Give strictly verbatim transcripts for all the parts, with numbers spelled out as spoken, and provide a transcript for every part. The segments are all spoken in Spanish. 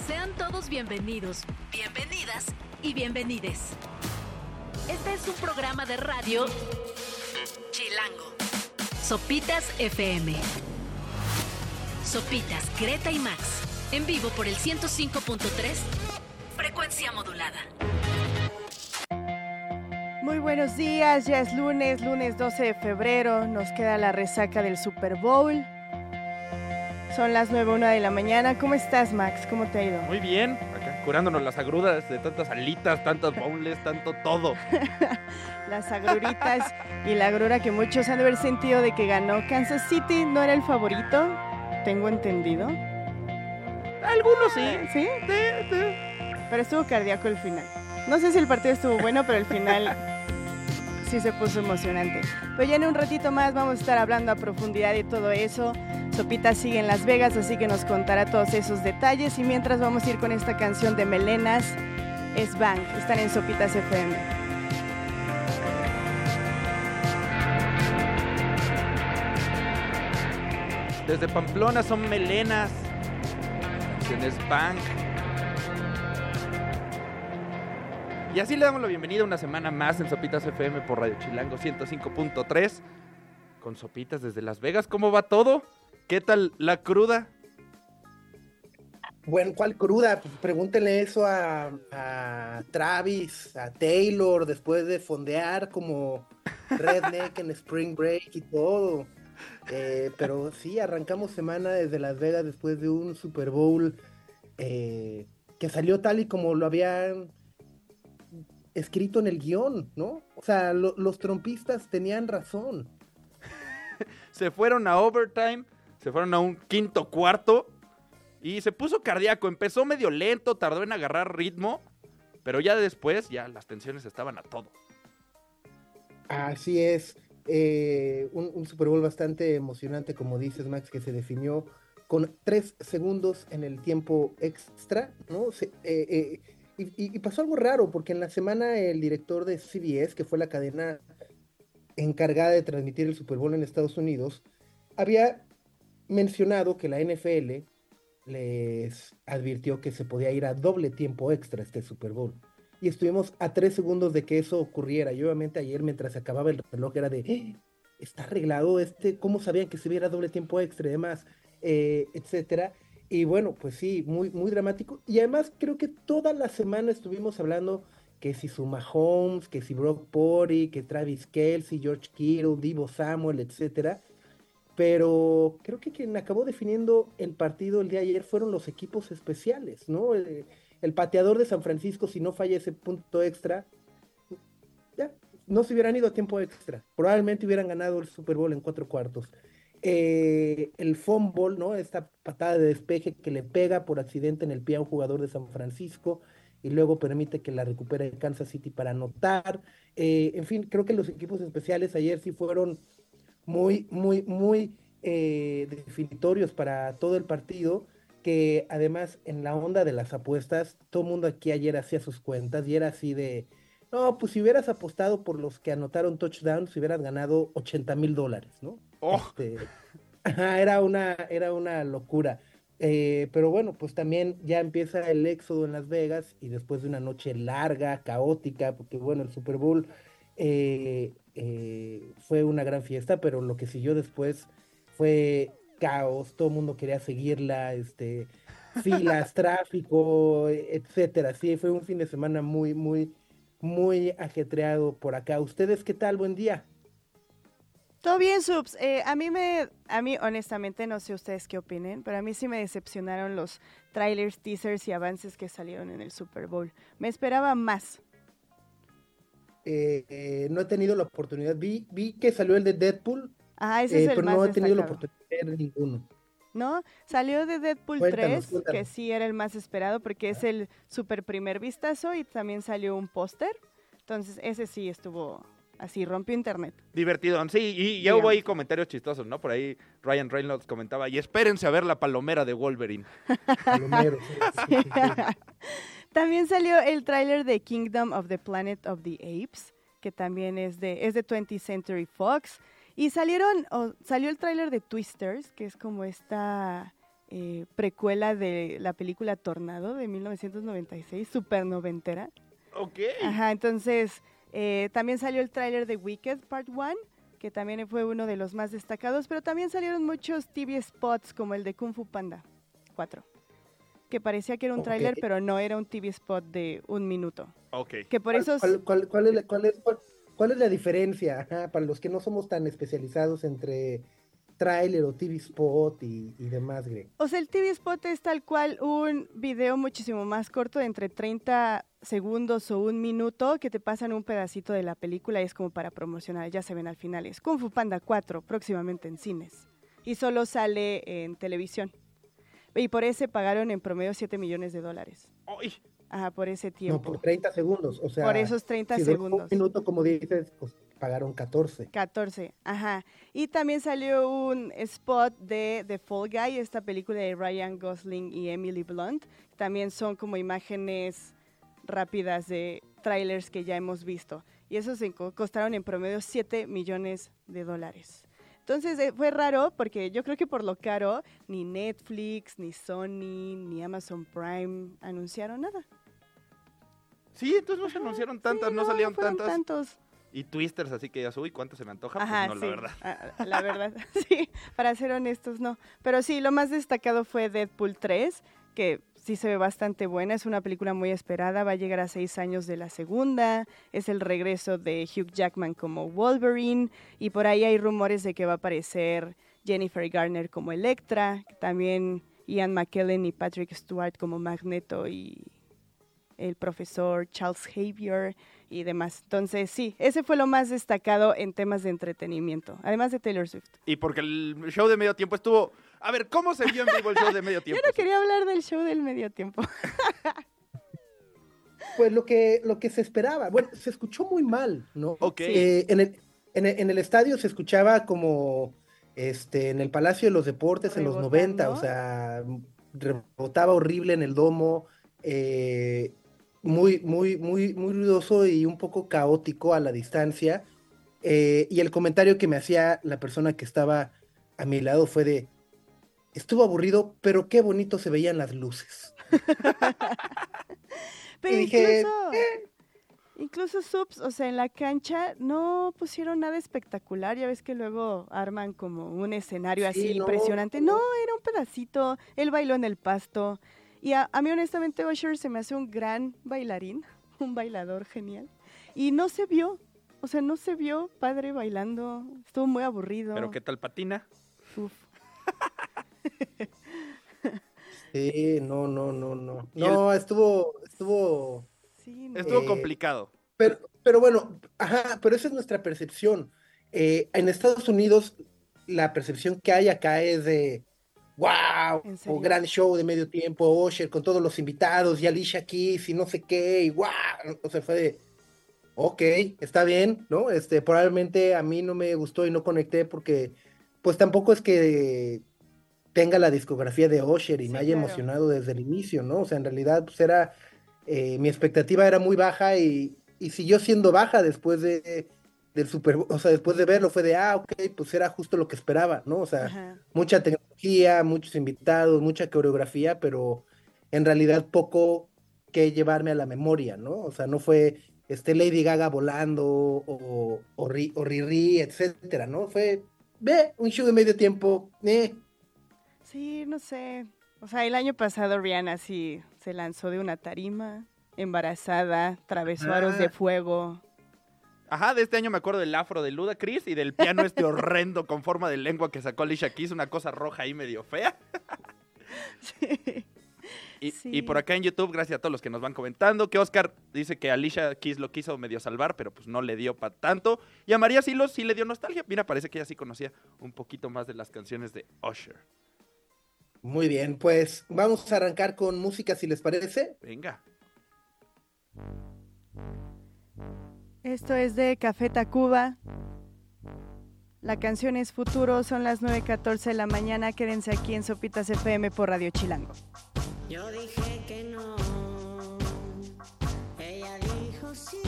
Sean todos bienvenidos, bienvenidas y bienvenides. Este es un programa de radio Chilango. Sopitas F M. Sopitas, Greta y Max. En vivo por el ciento cinco punto tres. Frecuencia modulada. Muy buenos días, ya es lunes, lunes doce de febrero. Nos queda la resaca del Super Bowl. Son las nueve una de la mañana. ¿Cómo estás, Max? ¿Cómo te ha ido? Muy bien, acá curándonos las agruras de tantas alitas, tantos bowls, tanto todo. Las agruritas y la agrura que muchos han de haber sentido de que ganó Kansas City. ¿No era el favorito? Tengo entendido. Algunos sí. ¿Sí? Sí, sí. Pero estuvo cardíaco el final. No sé si el partido estuvo bueno, pero el final sí se puso emocionante. Pero ya en un ratito más vamos a estar hablando a profundidad de todo eso. Sopitas sigue en Las Vegas, así que nos contará todos esos detalles. Y mientras vamos a ir con esta canción de Melenas, es Bank. Están en Sopitas F M. Desde Pamplona son Melenas. Tienes Bank. Y así le damos la bienvenida una semana más en Sopitas F M por Radio Chilango ciento cinco punto tres. Con Sopitas desde Las Vegas. ¿Cómo va todo? ¿Qué tal la cruda? Bueno, ¿cuál cruda? Pues pregúntenle eso a, a Travis, a Taylor, después de fondear como Redneck en Spring Break y todo. Eh, pero sí, arrancamos semana desde Las Vegas después de un Super Bowl eh, que salió tal y como lo habían escrito en el guión, ¿no? O sea, lo, los trompistas tenían razón. Se fueron a overtime, se fueron a un quinto cuarto y se puso cardíaco. Empezó medio lento, tardó en agarrar ritmo, pero ya después ya las tensiones estaban a todo. Así es. Eh, un, un Super Bowl bastante emocionante, como dices, Max, que se definió con tres segundos en el tiempo extra, ¿no? Se, eh, eh, y, y pasó algo raro, porque en la semana el director de C B S, que fue la cadena encargada de transmitir el Super Bowl en Estados Unidos, había mencionado que la N F L les advirtió que se podía ir a doble tiempo extra este Super Bowl. Y estuvimos a tres segundos de que eso ocurriera. Y obviamente ayer, mientras se acababa el reloj, era de, ¡eh! ¿Está arreglado este? ¿Cómo sabían que se viera doble tiempo extra y demás? Eh, etcétera. Y bueno, pues sí, muy, muy dramático. Y además creo que toda la semana estuvimos hablando que si su Mahomes, que si Brock Purdy, que Travis Kelce, George Kittle, Deebo Samuel, etcétera. Pero creo que quien acabó definiendo el partido el día de ayer fueron los equipos especiales, ¿no? El, el pateador de San Francisco, si no falla ese punto extra, ya, no se hubieran ido a tiempo extra. Probablemente hubieran ganado el Super Bowl en cuatro cuartos. Eh, el fumble, ¿no? Esta patada de despeje que le pega por accidente en el pie a un jugador de San Francisco y luego permite que la recupere Kansas City para anotar. Eh, en fin, creo que los equipos especiales ayer sí fueron muy, muy, muy eh, definitorios para todo el partido, que además en la onda de las apuestas, todo el mundo aquí ayer hacía sus cuentas y era así de, no, pues si hubieras apostado por los que anotaron touchdowns, hubieras ganado ochenta mil dólares, ¿no? Oh. Este, era una, era una locura. Eh, pero bueno, pues también ya empieza el éxodo en Las Vegas y después de una noche larga, caótica, porque bueno, el Super Bowl eh, eh, fue una gran fiesta, pero lo que siguió después fue caos, todo el mundo quería seguirla, este, filas, tráfico, etcétera. Sí, fue un fin de semana muy, muy, muy ajetreado por acá. ¿Ustedes qué tal? Buen día. Todo bien, Subs. Eh, a mí me, a mí honestamente no sé ustedes qué opinen, pero a mí sí me decepcionaron los trailers, teasers y avances que salieron en el Super Bowl. Me esperaba más. Eh, eh, no he tenido la oportunidad. Vi, vi que salió el de Deadpool, Ah, ese eh, es el pero más no he tenido la destacado. oportunidad de ver ninguno. ¿No? Salió de Deadpool Cuéntanos, tres, cuéntanos. que sí era el más esperado porque es el super primer vistazo y también salió un póster. Entonces ese sí estuvo así, rompió internet. Divertido, sí, y ya hubo ahí comentarios chistosos, ¿no? Por ahí Ryan Reynolds comentaba, y espérense a ver la palomera de Wolverine. Palomero, sí, sí, sí, sí. También salió el tráiler de Kingdom of the Planet of the Apes, que también es de, es de twentieth Century Fox. Y salieron, oh, salió el tráiler de Twisters, que es como esta eh, precuela de la película Tornado de mil novecientos noventa y seis, super noventera. Ok. Ajá, entonces eh, también salió el tráiler de Wicked Part uno, que también fue uno de los más destacados, pero también salieron muchos T V spots como el de Kung Fu Panda cuatro, que parecía que era un tráiler, Ok. pero no, era un T V spot de un minuto. Ok. Que por eso... ¿Cuál, cuál, cuál es la, cuál, es, cuál, cuál es la diferencia? Ajá, para los que no somos tan especializados entre tráiler o T V spot y, y demás, Greg. O sea, el T V spot es tal cual un video muchísimo más corto, de entre treinta segundos o un minuto, que te pasan un pedacito de la película y es como para promocionar, ya se ven al final. Es Kung Fu Panda cuatro, próximamente en cines. Y solo sale en televisión. Y por ese pagaron en promedio siete millones de dólares. ¡Ay! Ajá, por ese No, tiempo. por treinta segundos. O sea, Por esos treinta si duró segundos. un minuto, como dices, pues pagaron catorce. catorce, ajá. Y también salió un spot de The Fall Guy, esta película de Ryan Gosling y Emily Blunt. También son como imágenes rápidas de trailers que ya hemos visto. Y esos se co- costaron en promedio siete millones de dólares. Entonces eh, fue raro porque yo creo que por lo caro ni Netflix, ni Sony, ni Amazon Prime anunciaron nada. Sí, entonces no se anunciaron tantas, Sí, no, salieron fueron tantas. tantos. Y twisters, así que ya, uy, ¿cuánto se me antoja? Pues Ajá, no, sí, la verdad. a- a- la verdad, sí, para ser honestos, no. Pero sí, lo más destacado fue Deadpool tres, que sí se ve bastante buena, es una película muy esperada, va a llegar a seis años de la segunda, es el regreso de Hugh Jackman como Wolverine, y por ahí hay rumores de que va a aparecer Jennifer Garner como Electra, también Ian McKellen y Patrick Stewart como Magneto y el profesor Charles Xavier y demás. Entonces, sí, ese fue lo más destacado en temas de entretenimiento, además de Taylor Swift. Y porque el show de medio tiempo estuvo... A ver, ¿cómo se vio en vivo el show de medio tiempo? Yo no quería hablar del show del medio tiempo. Pues lo que, lo que se esperaba, bueno, se escuchó muy mal, ¿no? Ok. Eh, en, el, en, el, en el estadio se escuchaba como este, en el Palacio de los Deportes en los Rebotando. noventa, o sea, rebotaba horrible en el domo, eh, muy, muy, muy, muy ruidoso y un poco caótico a la distancia. Eh, y el comentario que me hacía la persona que estaba a mi lado fue de, estuvo aburrido, pero qué bonito se veían las luces. Pero Y dije, incluso, incluso Subs, o sea, en la cancha no pusieron nada espectacular. Ya ves que luego arman como un escenario Sí, así no, impresionante. no. No, era un pedacito. Él bailó en el pasto. Y a, a mí, honestamente, Usher se me hace un gran bailarín, un bailador genial. Y no se vio, o sea, no se vio padre bailando. Estuvo muy aburrido. ¿Pero qué tal patina? Uf. Sí, no, no, no, no. Y el- No, estuvo, estuvo, Sí, no. Estuvo Eh, complicado. pero, pero bueno, ajá, pero esa es nuestra percepción. Eh, en Estados Unidos, la percepción que hay acá es de, wow, ¿En serio? gran show de medio tiempo, Usher con todos los invitados y Alicia Keys y no sé qué, y wow, o sea, fue de, ok, está bien, ¿no? Este, probablemente a mí no me gustó y no conecté porque, pues tampoco es que tenga la discografía de Usher y Sí, me haya claro. emocionado desde el inicio, ¿no? O sea, en realidad, pues era, eh, mi expectativa era muy baja y, y siguió siendo baja después de, del Super Bowl, o sea, después de verlo fue de, ah, ok, pues era justo lo que esperaba, ¿no? O sea, Ajá. mucha tecnología, muchos invitados, mucha coreografía, pero en realidad poco que llevarme a la memoria, ¿no? O sea, no fue este Lady Gaga volando o, o, Ri- o Riri, etcétera, ¿no? Fue, ve, un show de medio tiempo, eh. Sí, no sé. O sea, el año pasado Rihanna sí se lanzó de una tarima, embarazada, atravesó aros de Ah. fuego. Ajá, de este año me acuerdo del afro de Ludacris y del piano este horrendo con forma de lengua que sacó Alicia Keys, una cosa roja ahí medio fea. Sí. Y, Sí. y por acá en YouTube, gracias a todos los que nos van comentando, que Oscar dice que Alicia Keys lo quiso medio salvar, pero pues no le dio para tanto. Y a María Silos sí le dio nostalgia. Mira, parece que ella sí conocía un poquito más de las canciones de Usher. Muy bien, pues vamos a arrancar con música, si les parece. Venga. Esto es de Café Tacuba. La canción es Futuro, son las nueve catorce de la mañana. Quédense aquí en Sopitas F M por Radio Chilango. Yo dije que no, ella dijo sí.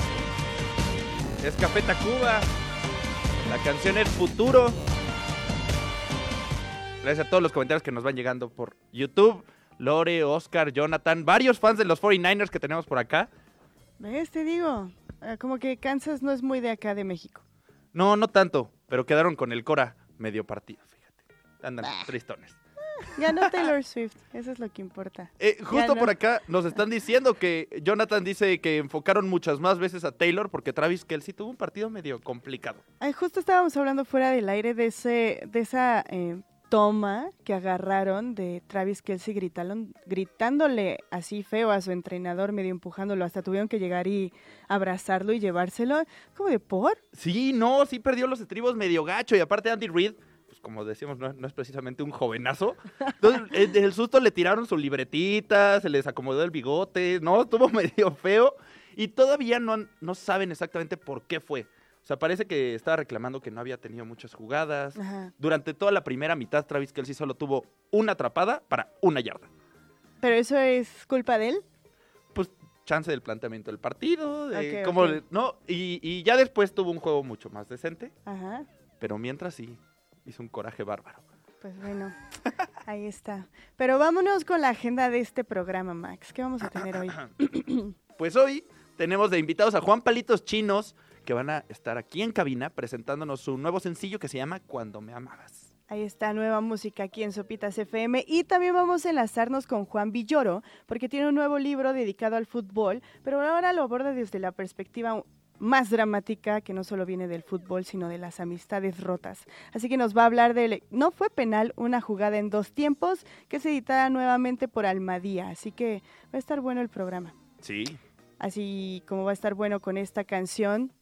Es Café Tacuba. La canción es Futuro. Gracias a todos los comentarios que nos van llegando por YouTube. Lore, Oscar, Jonathan, varios fans de los cuarenta y nueve ers que tenemos por acá. ¿Ves? Te digo, eh, como que Kansas no es muy de acá de México. No, no tanto, pero quedaron con el Cora medio partido, fíjate. Andan tristones. Ganó Taylor Swift, eso es lo que importa. Eh, justo Ganó. por acá nos están diciendo que Jonathan dice que enfocaron muchas más veces a Taylor porque Travis Kelce tuvo un partido medio complicado. Ay, justo estábamos hablando fuera del aire de ese, de esa eh, toma que agarraron de Travis Kelce gritaron, gritándole así feo a su entrenador, medio empujándolo, hasta tuvieron que llegar y abrazarlo y llevárselo. ¿Cómo de por? Sí, no, sí perdió los estribos medio gacho y aparte Andy Reid, pues como decíamos, no, no es precisamente un jovenazo. Entonces, el, el susto le tiraron su libretita, se les acomodó el bigote, no, estuvo medio feo y todavía no, no saben exactamente por qué fue. O sea, parece que estaba reclamando que no había tenido muchas jugadas. Ajá. Durante toda la primera mitad, Travis Kelce solo tuvo una atrapada para una yarda. ¿Pero eso es culpa de él? Pues chance del planteamiento del partido, de Ok, cómo ok. le- no, y, y ya después tuvo un juego mucho más decente, Ajá. pero mientras sí, hizo un coraje bárbaro. Pues bueno, ahí está. Pero vámonos con la agenda de este programa, Max. ¿Qué vamos a tener hoy? Pues hoy tenemos de invitados a Juan Palitos Chinos, que van a estar aquí en cabina presentándonos su nuevo sencillo que se llama Cuando me amabas. Ahí está, nueva música aquí en Sopitas F M. Y también vamos a enlazarnos con Juan Villoro, porque tiene un nuevo libro dedicado al fútbol, pero ahora lo aborda desde la perspectiva más dramática, que no solo viene del fútbol, sino de las amistades rotas. Así que nos va a hablar de No fue penal, una jugada en dos tiempos, que es editada nuevamente por Almadía. Así que va a estar bueno el programa. Sí. Así como va a estar bueno con esta canción,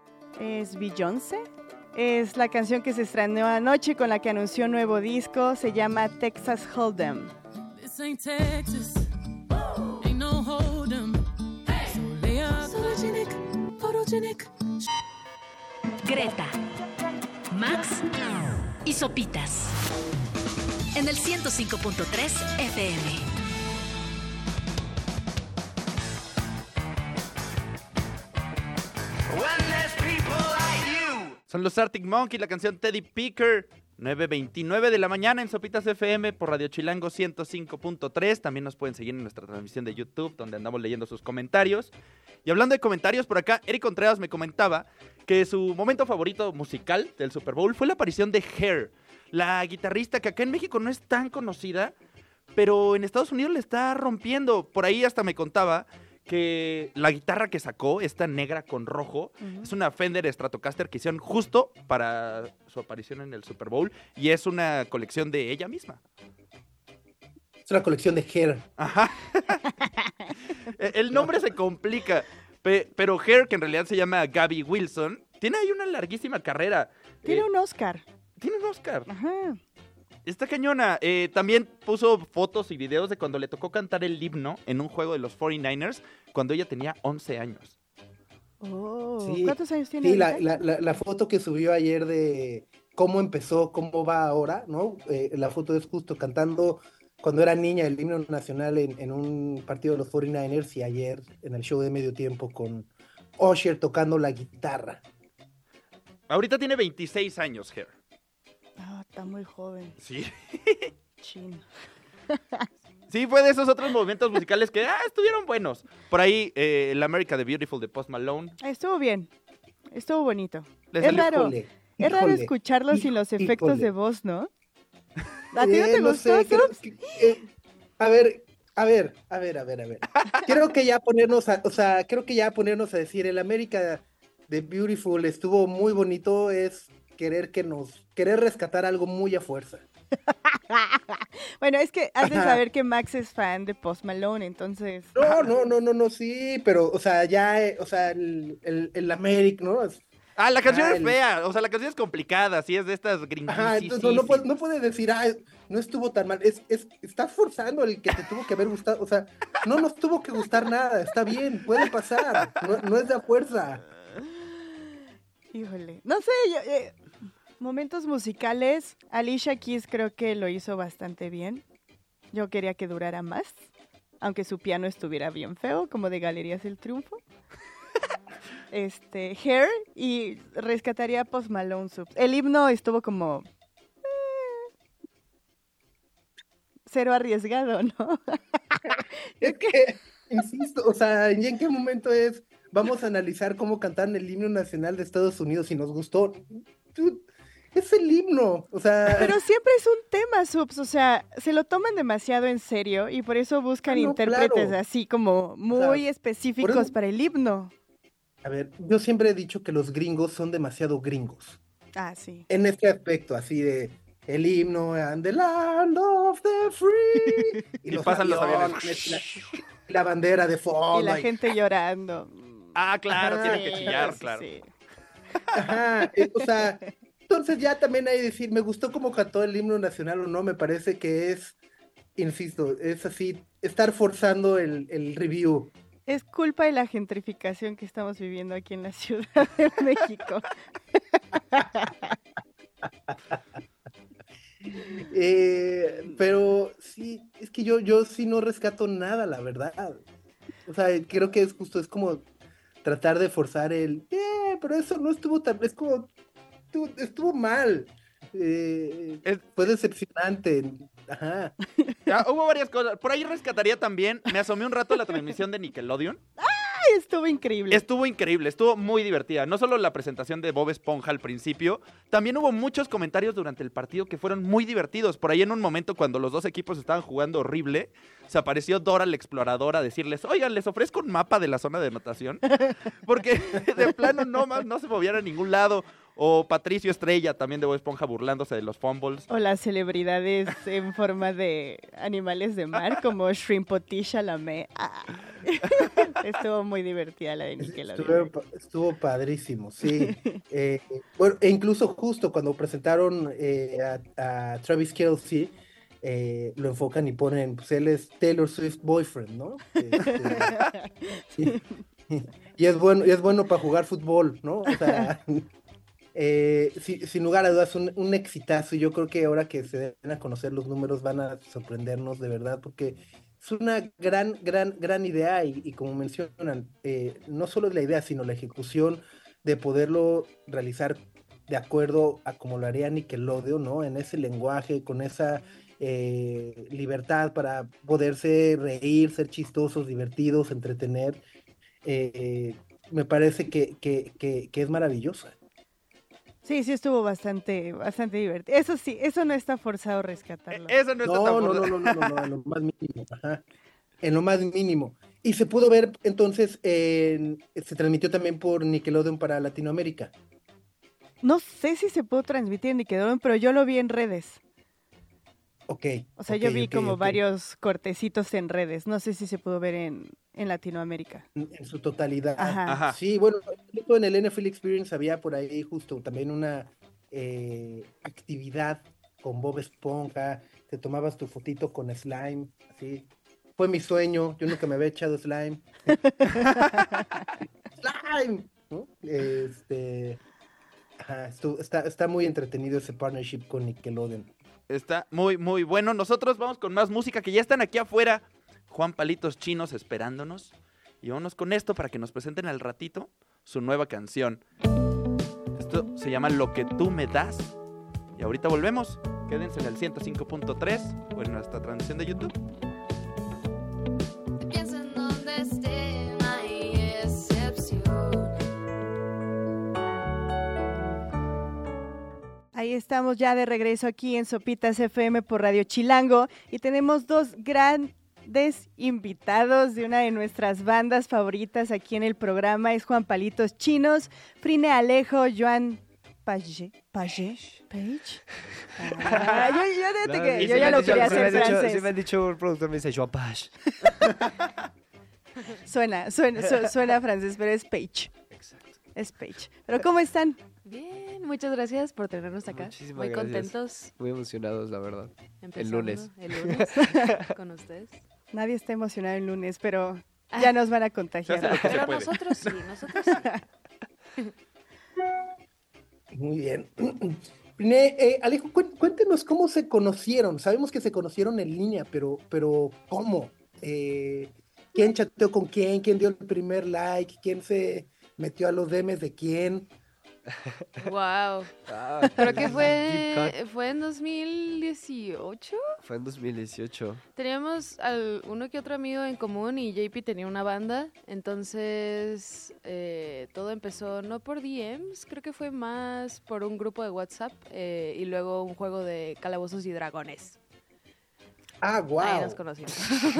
es Beyoncé. Es la canción que se estrenó anoche con la que anunció un nuevo disco. Se llama Texas Hold'em. This ain't Texas, ain't no hold'em. So lay up, photogenic, photogenic. Greta, Max y Sopitas. En el ciento cinco punto tres F M. Son los Arctic Monkeys, la canción Teddy Picker, nueve veintinueve de la mañana en Sopitas F M por Radio Chilango ciento cinco punto tres. También nos pueden seguir en nuestra transmisión de YouTube, donde andamos leyendo sus comentarios. Y hablando de comentarios, por acá, Eric Contreras me comentaba que su momento favorito musical del Super Bowl fue la aparición de Hair, la guitarrista que acá en México no es tan conocida, pero en Estados Unidos le está rompiendo. Por ahí hasta me contaba que la guitarra que sacó, esta negra con rojo, Ujú. es una Fender Stratocaster que hicieron justo para su aparición en el Super Bowl y es una colección de ella misma. Es una colección de Hair. Ajá. El nombre se complica, pe- pero Hair, que en realidad se llama Gabby Wilson, tiene ahí una larguísima carrera. Tiene Eh, un Oscar. tiene un Oscar. Ajá. Está cañona. Eh, también puso fotos y videos de cuando le tocó cantar el himno en un juego de los cuarenta y nueve ers cuando ella tenía once años. Oh, Sí, ¿cuántos años tiene Sí, la, ahorita? la, la, la foto que subió ayer de cómo empezó, cómo va ahora, ¿no? Eh, la foto es justo cantando cuando era niña el himno nacional en, en un partido de los cuarenta y nueve ers y ayer en el show de medio tiempo con Usher tocando la guitarra. Ahorita tiene veintiséis años, Hair. Ah, está muy joven. Sí. Chin. Sí, fue de esos otros momentos musicales que ah, estuvieron buenos. Por ahí, eh, el America the Beautiful de Post Malone. Estuvo bien. Estuvo bonito. Le Es salió- raro. Híjole, Es raro híjole, escucarlo sin los híjole. efectos de voz, ¿no? ¿A ti no Eh, te gustó, sé, creo Subs? que- eh, a ver, a ver, a ver, a ver, a ver. Creo que ya ponernos a, o sea, creo que ya ponernos a decir el América de Beautiful estuvo muy bonito es querer que nos, querer rescatar algo muy a fuerza. Bueno, es que has de Ajá. saber que Max es fan de Post Malone, entonces... No, no, no, no, no, sí, pero, o sea, ya, eh, o sea, el, el, el América, ¿no? Es- Ah, la canción Ah, es el- fea. O sea, la canción es complicada. Sí, es de estas Ajá, gringuísimas. entonces no, no, puede, no puede decir, ah, no estuvo tan mal. Es, es, estás forzando el que te tuvo que haber gustado. O sea, no nos tuvo que gustar nada. Está bien, puede pasar. No, no es de a fuerza. Híjole. No sé, yo, eh, momentos musicales. Alicia Keys creo que lo hizo bastante bien. Yo quería que durara más. Aunque su piano estuviera bien feo, como de Galerías del Triunfo. Este, Hair y rescataría Post Malone Subs. El himno estuvo como... eh, cero arriesgado, ¿no? Es que, insisto, o sea, ¿y en qué momento es? Vamos a analizar cómo cantaron el himno nacional de Estados Unidos y nos gustó. Dude, es el himno, o sea... Pero siempre es un tema, Subs, o sea, se lo toman demasiado en serio y por eso buscan Ah, no, intérpretes claro. así como muy sea, específicos por eso- para el himno. A ver, yo siempre he dicho que los gringos son demasiado gringos. Ah, sí. En este aspecto, así de el himno and the land of the free. Y pasan los aviones, la, la bandera de fondo. Y la y- gente llorando. Ah, claro, Ajá, tiene que Sí, chillar, sí, claro. sí. Ajá, eh, o sea, entonces ya también hay que decir, me gustó cómo cantó el himno nacional o no, me parece que es, insisto, es así, estar forzando el, el review. Es culpa de la gentrificación que estamos viviendo aquí en la Ciudad de México. Eh, pero sí, es que yo, yo sí no rescato nada, la verdad. O sea, creo que es justo, es como tratar de forzar el, eh, pero eso no estuvo tan, es como, estuvo, estuvo mal. Eh, Es- fue decepcionante. Ajá. Ya, hubo varias cosas. Por ahí rescataría también, me asomé un rato a la transmisión de Nickelodeon. Ay, estuvo increíble. Estuvo increíble, estuvo muy divertida. No solo la presentación de Bob Esponja al principio, también hubo muchos comentarios durante el partido que fueron muy divertidos. Por ahí en un momento cuando los dos equipos estaban jugando horrible, se apareció Dora la exploradora a decirles, oigan, les ofrezco un mapa de la zona de anotación. Porque de plano no, más, no se movían a ningún lado. O Patricio Estrella, también de Bob Esponja, burlándose de los fumbles. O las celebridades en forma de animales de mar, como Shrimpoti Chalamet. Ah. Estuvo muy divertida la de Estuvo, Nickelodeon. pa- estuvo padrísimo, sí. Eh, bueno, e incluso justo cuando presentaron eh, a, a Travis Kelce, eh, lo enfocan y ponen, pues él es Taylor Swift boyfriend, ¿no? Este, y, y es bueno, y es bueno para jugar fútbol, ¿no? O sea, eh, si- sin lugar a dudas, un, un exitazo. Y yo creo que ahora que se den a conocer los números van a sorprendernos de verdad, porque es una gran, gran, gran idea. Y, y como mencionan, eh, no solo es la idea, sino la ejecución de poderlo realizar de acuerdo a como lo haría Nickelodeon, ¿no? En ese lenguaje, con esa eh, libertad para poderse reír, ser chistosos, divertidos, entretener. eh, eh, me parece que, que, que, que es maravillosa. Sí, sí estuvo bastante, bastante divertido. Eso sí, eso no está forzado Eh, rescatarlo. Eso no está No, tan no, no, forzado. no, no, no, no, en lo más mínimo, ajá. En lo más mínimo. Y se pudo ver entonces, en- se transmitió también por Nickelodeon para Latinoamérica. No sé si se pudo transmitir en Nickelodeon, pero yo lo vi en redes. Ok. O sea, ok, yo vi ok, como ok. varios cortecitos en redes. No sé si se pudo ver en, en Latinoamérica. En, en su totalidad. Ajá. Ajá. Sí, bueno, en el N F L Experience había por ahí justo también una eh, actividad con Bob Esponja, te tomabas tu fotito con Slime, así. Fue mi sueño, yo nunca me había echado Slime. Slime, ¿no? Este, ajá, estu- está, está muy entretenido ese partnership con Nickelodeon. Está muy, muy bueno. Nosotros vamos con más música que ya están aquí afuera. Juan Palitos Chinos esperándonos. Y vámonos con esto para que nos presenten al ratito su nueva canción. Esto se llama Lo que tú me das. Y ahorita volvemos. Quédense en el ciento cinco punto tres o en nuestra transmisión de YouTube. Piensa en donde esté, no hay excepción. Ahí estamos ya de regreso aquí en Sopitas F M por Radio Chilango y tenemos dos grandes invitados de una de nuestras bandas favoritas aquí en el programa. Es Juan Palitos Chinos, Frine Alejo, Joan Page. ¿Page? ¿Page? Ah, yo, yo, fíjate No, que y yo sí ya me lo han dicho- quería sí Sí me, hacer han dicho, francés. sí me han dicho, un productor me dice Joan Page. Suena, suena, su- suena francés, pero es Page. Exacto. Es Page. Pero ¿cómo están? Bien, muchas gracias por tenernos acá. Muchísimas Muy gracias. contentos. Muy emocionados, la verdad. Empezando lunes. El lunes con ustedes. Nadie está emocionado el lunes, pero ya nos van a contagiar. Se hace lo que se Pero puede. nosotros sí, nosotros sí. Muy bien. Priné, eh, Alejo, cué- cuéntenos cómo se conocieron. Sabemos que se conocieron en línea, pero, pero ¿cómo? Eh, ¿quién chateó con quién? ¿Quién dio el primer like? ¿Quién se metió a los D Ms de quién? Wow. Ah, Creo que deep fue, cut. fue en dos mil dieciocho. Fue en dos mil dieciocho. Teníamos al, uno que otro amigo en común y J P tenía una banda. Entonces, eh, todo empezó no por D Ms, creo que fue más por un grupo de WhatsApp eh, y luego un juego de calabozos y dragones. Ah, wow. Ahí nos conocimos.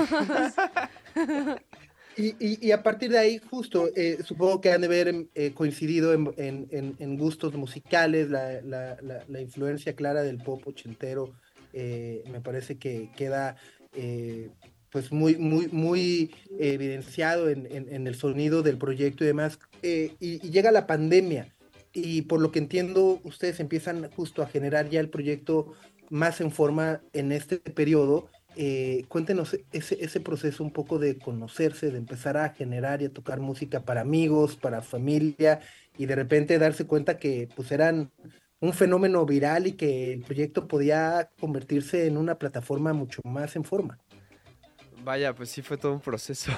Y, y, y a partir de ahí, justo, eh, supongo que han de haber eh, coincidido en, en, en, en gustos musicales, la, la, la, la influencia clara del pop ochentero, eh, me parece que queda eh, pues muy, muy, muy eh, evidenciado en, en, en el sonido del proyecto y demás. Eh, y, y llega la pandemia, y por lo que entiendo, ustedes empiezan justo a generar ya el proyecto más en forma en este periodo. Eh, cuéntenos ese, ese proceso un poco de conocerse, de empezar a generar y a tocar música para amigos, para familia, y de repente darse cuenta que pues eran un fenómeno viral y que el proyecto podía convertirse en una plataforma mucho más en forma. Vaya, pues sí fue todo un proceso.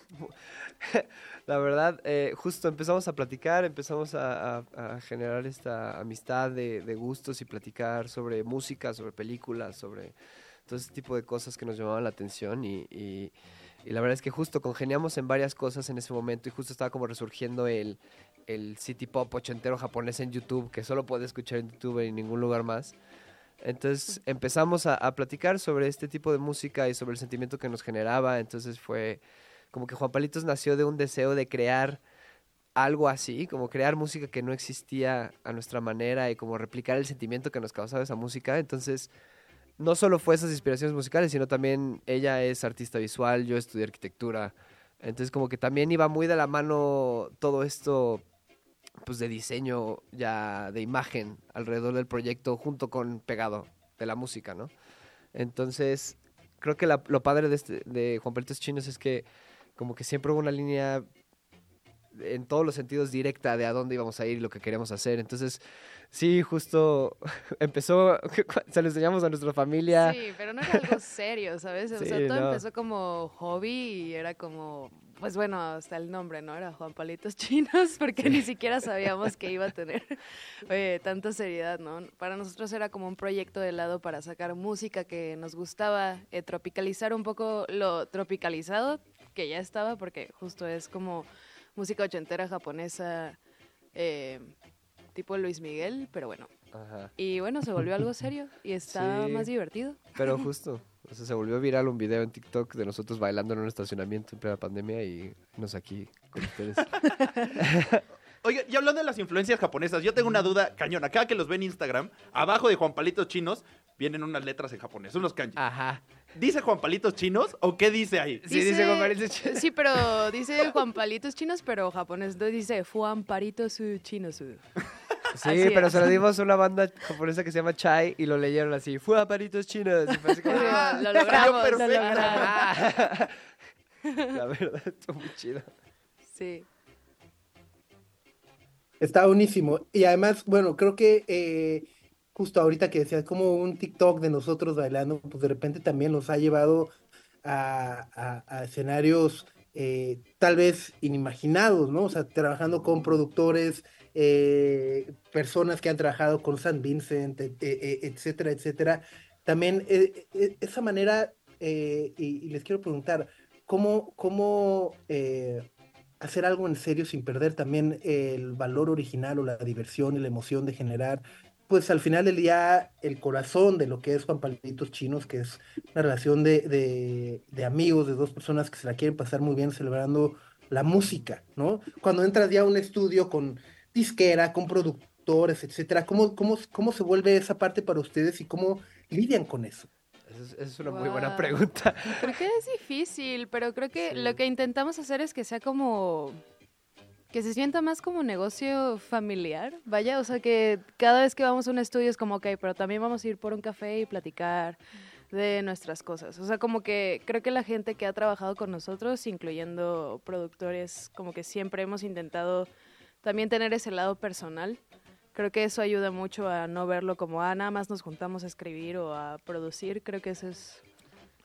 La verdad, eh, justo empezamos a platicar, empezamos a, a- a generar esta amistad de, de gustos y platicar sobre música, sobre películas, sobre todo ese tipo de cosas que nos llamaban la atención y, y- y la verdad es que justo congeniamos en varias cosas en ese momento y justo estaba como resurgiendo el, el city pop ochentero japonés en YouTube, que solo puedes escuchar en YouTube y en ningún lugar más. Entonces empezamos a, a platicar sobre este tipo de música y sobre el sentimiento que nos generaba. Entonces fue como que Juan Palitos nació de un deseo de crear algo así, como crear música que no existía a nuestra manera y como replicar el sentimiento que nos causaba esa música. Entonces no solo fue esas inspiraciones musicales, sino también ella es artista visual, yo estudié arquitectura. Entonces como que también iba muy de la mano todo esto pues de diseño ya de imagen alrededor del proyecto junto con pegado de la música, ¿no? Entonces, creo que la- lo padre de, este, de Juan Palitos Chinos es que como que siempre hubo una línea en todos los sentidos directa de a dónde íbamos a ir y lo que queríamos hacer. Entonces, sí, justo empezó, se lo enseñamos a nuestra familia. Sí, pero no era algo serio, ¿sabes? O Sí, sea, todo no. empezó como hobby y era como, pues bueno, hasta el nombre, ¿no? Era Juan Palitos Chinos, porque ni siquiera sabíamos que iba a tener eh, tanta seriedad, ¿no? Para nosotros era como un proyecto de lado para sacar música que nos gustaba, eh, tropicalizar un poco lo tropicalizado que ya estaba, porque justo es como música ochentera japonesa, eh, tipo Luis Miguel, pero bueno. Ajá. Y bueno, se volvió algo serio y está Sí. más divertido. Pero justo, o sea, se volvió viral un video en TikTok de nosotros bailando en un estacionamiento en plena pandemia y nos aquí con ustedes. Oiga, y hablando de las influencias japonesas, yo tengo una duda cañona. Cada que los ve en Instagram, abajo de Juan Palitos Chinos, vienen unas letras en japonés, unos kanji. Ajá. ¿Dice Juan Palitos Chinos o qué dice ahí? Sí, dice Juan Palitos Chinos. Sí, pero dice Juan Palitos Chinos, pero japonés. Entonces dice Juan Palitos Chinos. Sí, Así pero es. se lo dimos a una banda japonesa que se llama Chai y lo leyeron así, fue a paritos chinos. Y fue así como, Ah, lo Salió logramos. perfecto. lo logramos. "Ah". La verdad, estuvo muy chido. Sí. Está buenísimo. Y además, bueno, creo que eh, justo ahorita que decías, como un TikTok de nosotros bailando, pues de repente también nos ha llevado a, a- a escenarios eh, tal vez inimaginados, ¿no? O sea, trabajando con productores, eh, personas que han trabajado con San Vincent, e- e- e- etcétera, etcétera. También eh, eh, esa manera, eh, y, y les quiero preguntar, ¿cómo, cómo eh, hacer algo en serio sin perder también el valor original o la diversión y la emoción de generar, pues al final del día, el corazón de lo que es Juan Palitos Chinos, que es una relación de, de, de amigos, de dos personas que se la quieren pasar muy bien celebrando la música, ¿no? Cuando entras ya a un estudio con disquera, con productores, etcétera, ¿cómo, cómo, cómo se vuelve esa parte para ustedes y cómo lidian con eso? Esa es, esa es una muy buena Guau. pregunta. Creo que es difícil, pero creo que Sí. lo que intentamos hacer es que sea como... Que se sienta más como negocio familiar, vaya, o sea que cada vez que vamos a un estudio es como, ok, pero también vamos a ir por un café y platicar de nuestras cosas. O sea, como que creo que la gente que ha trabajado con nosotros, incluyendo productores, como que siempre hemos intentado también tener ese lado personal. Creo que eso ayuda mucho a no verlo como, ah, nada más nos juntamos a escribir o a producir. Creo que eso es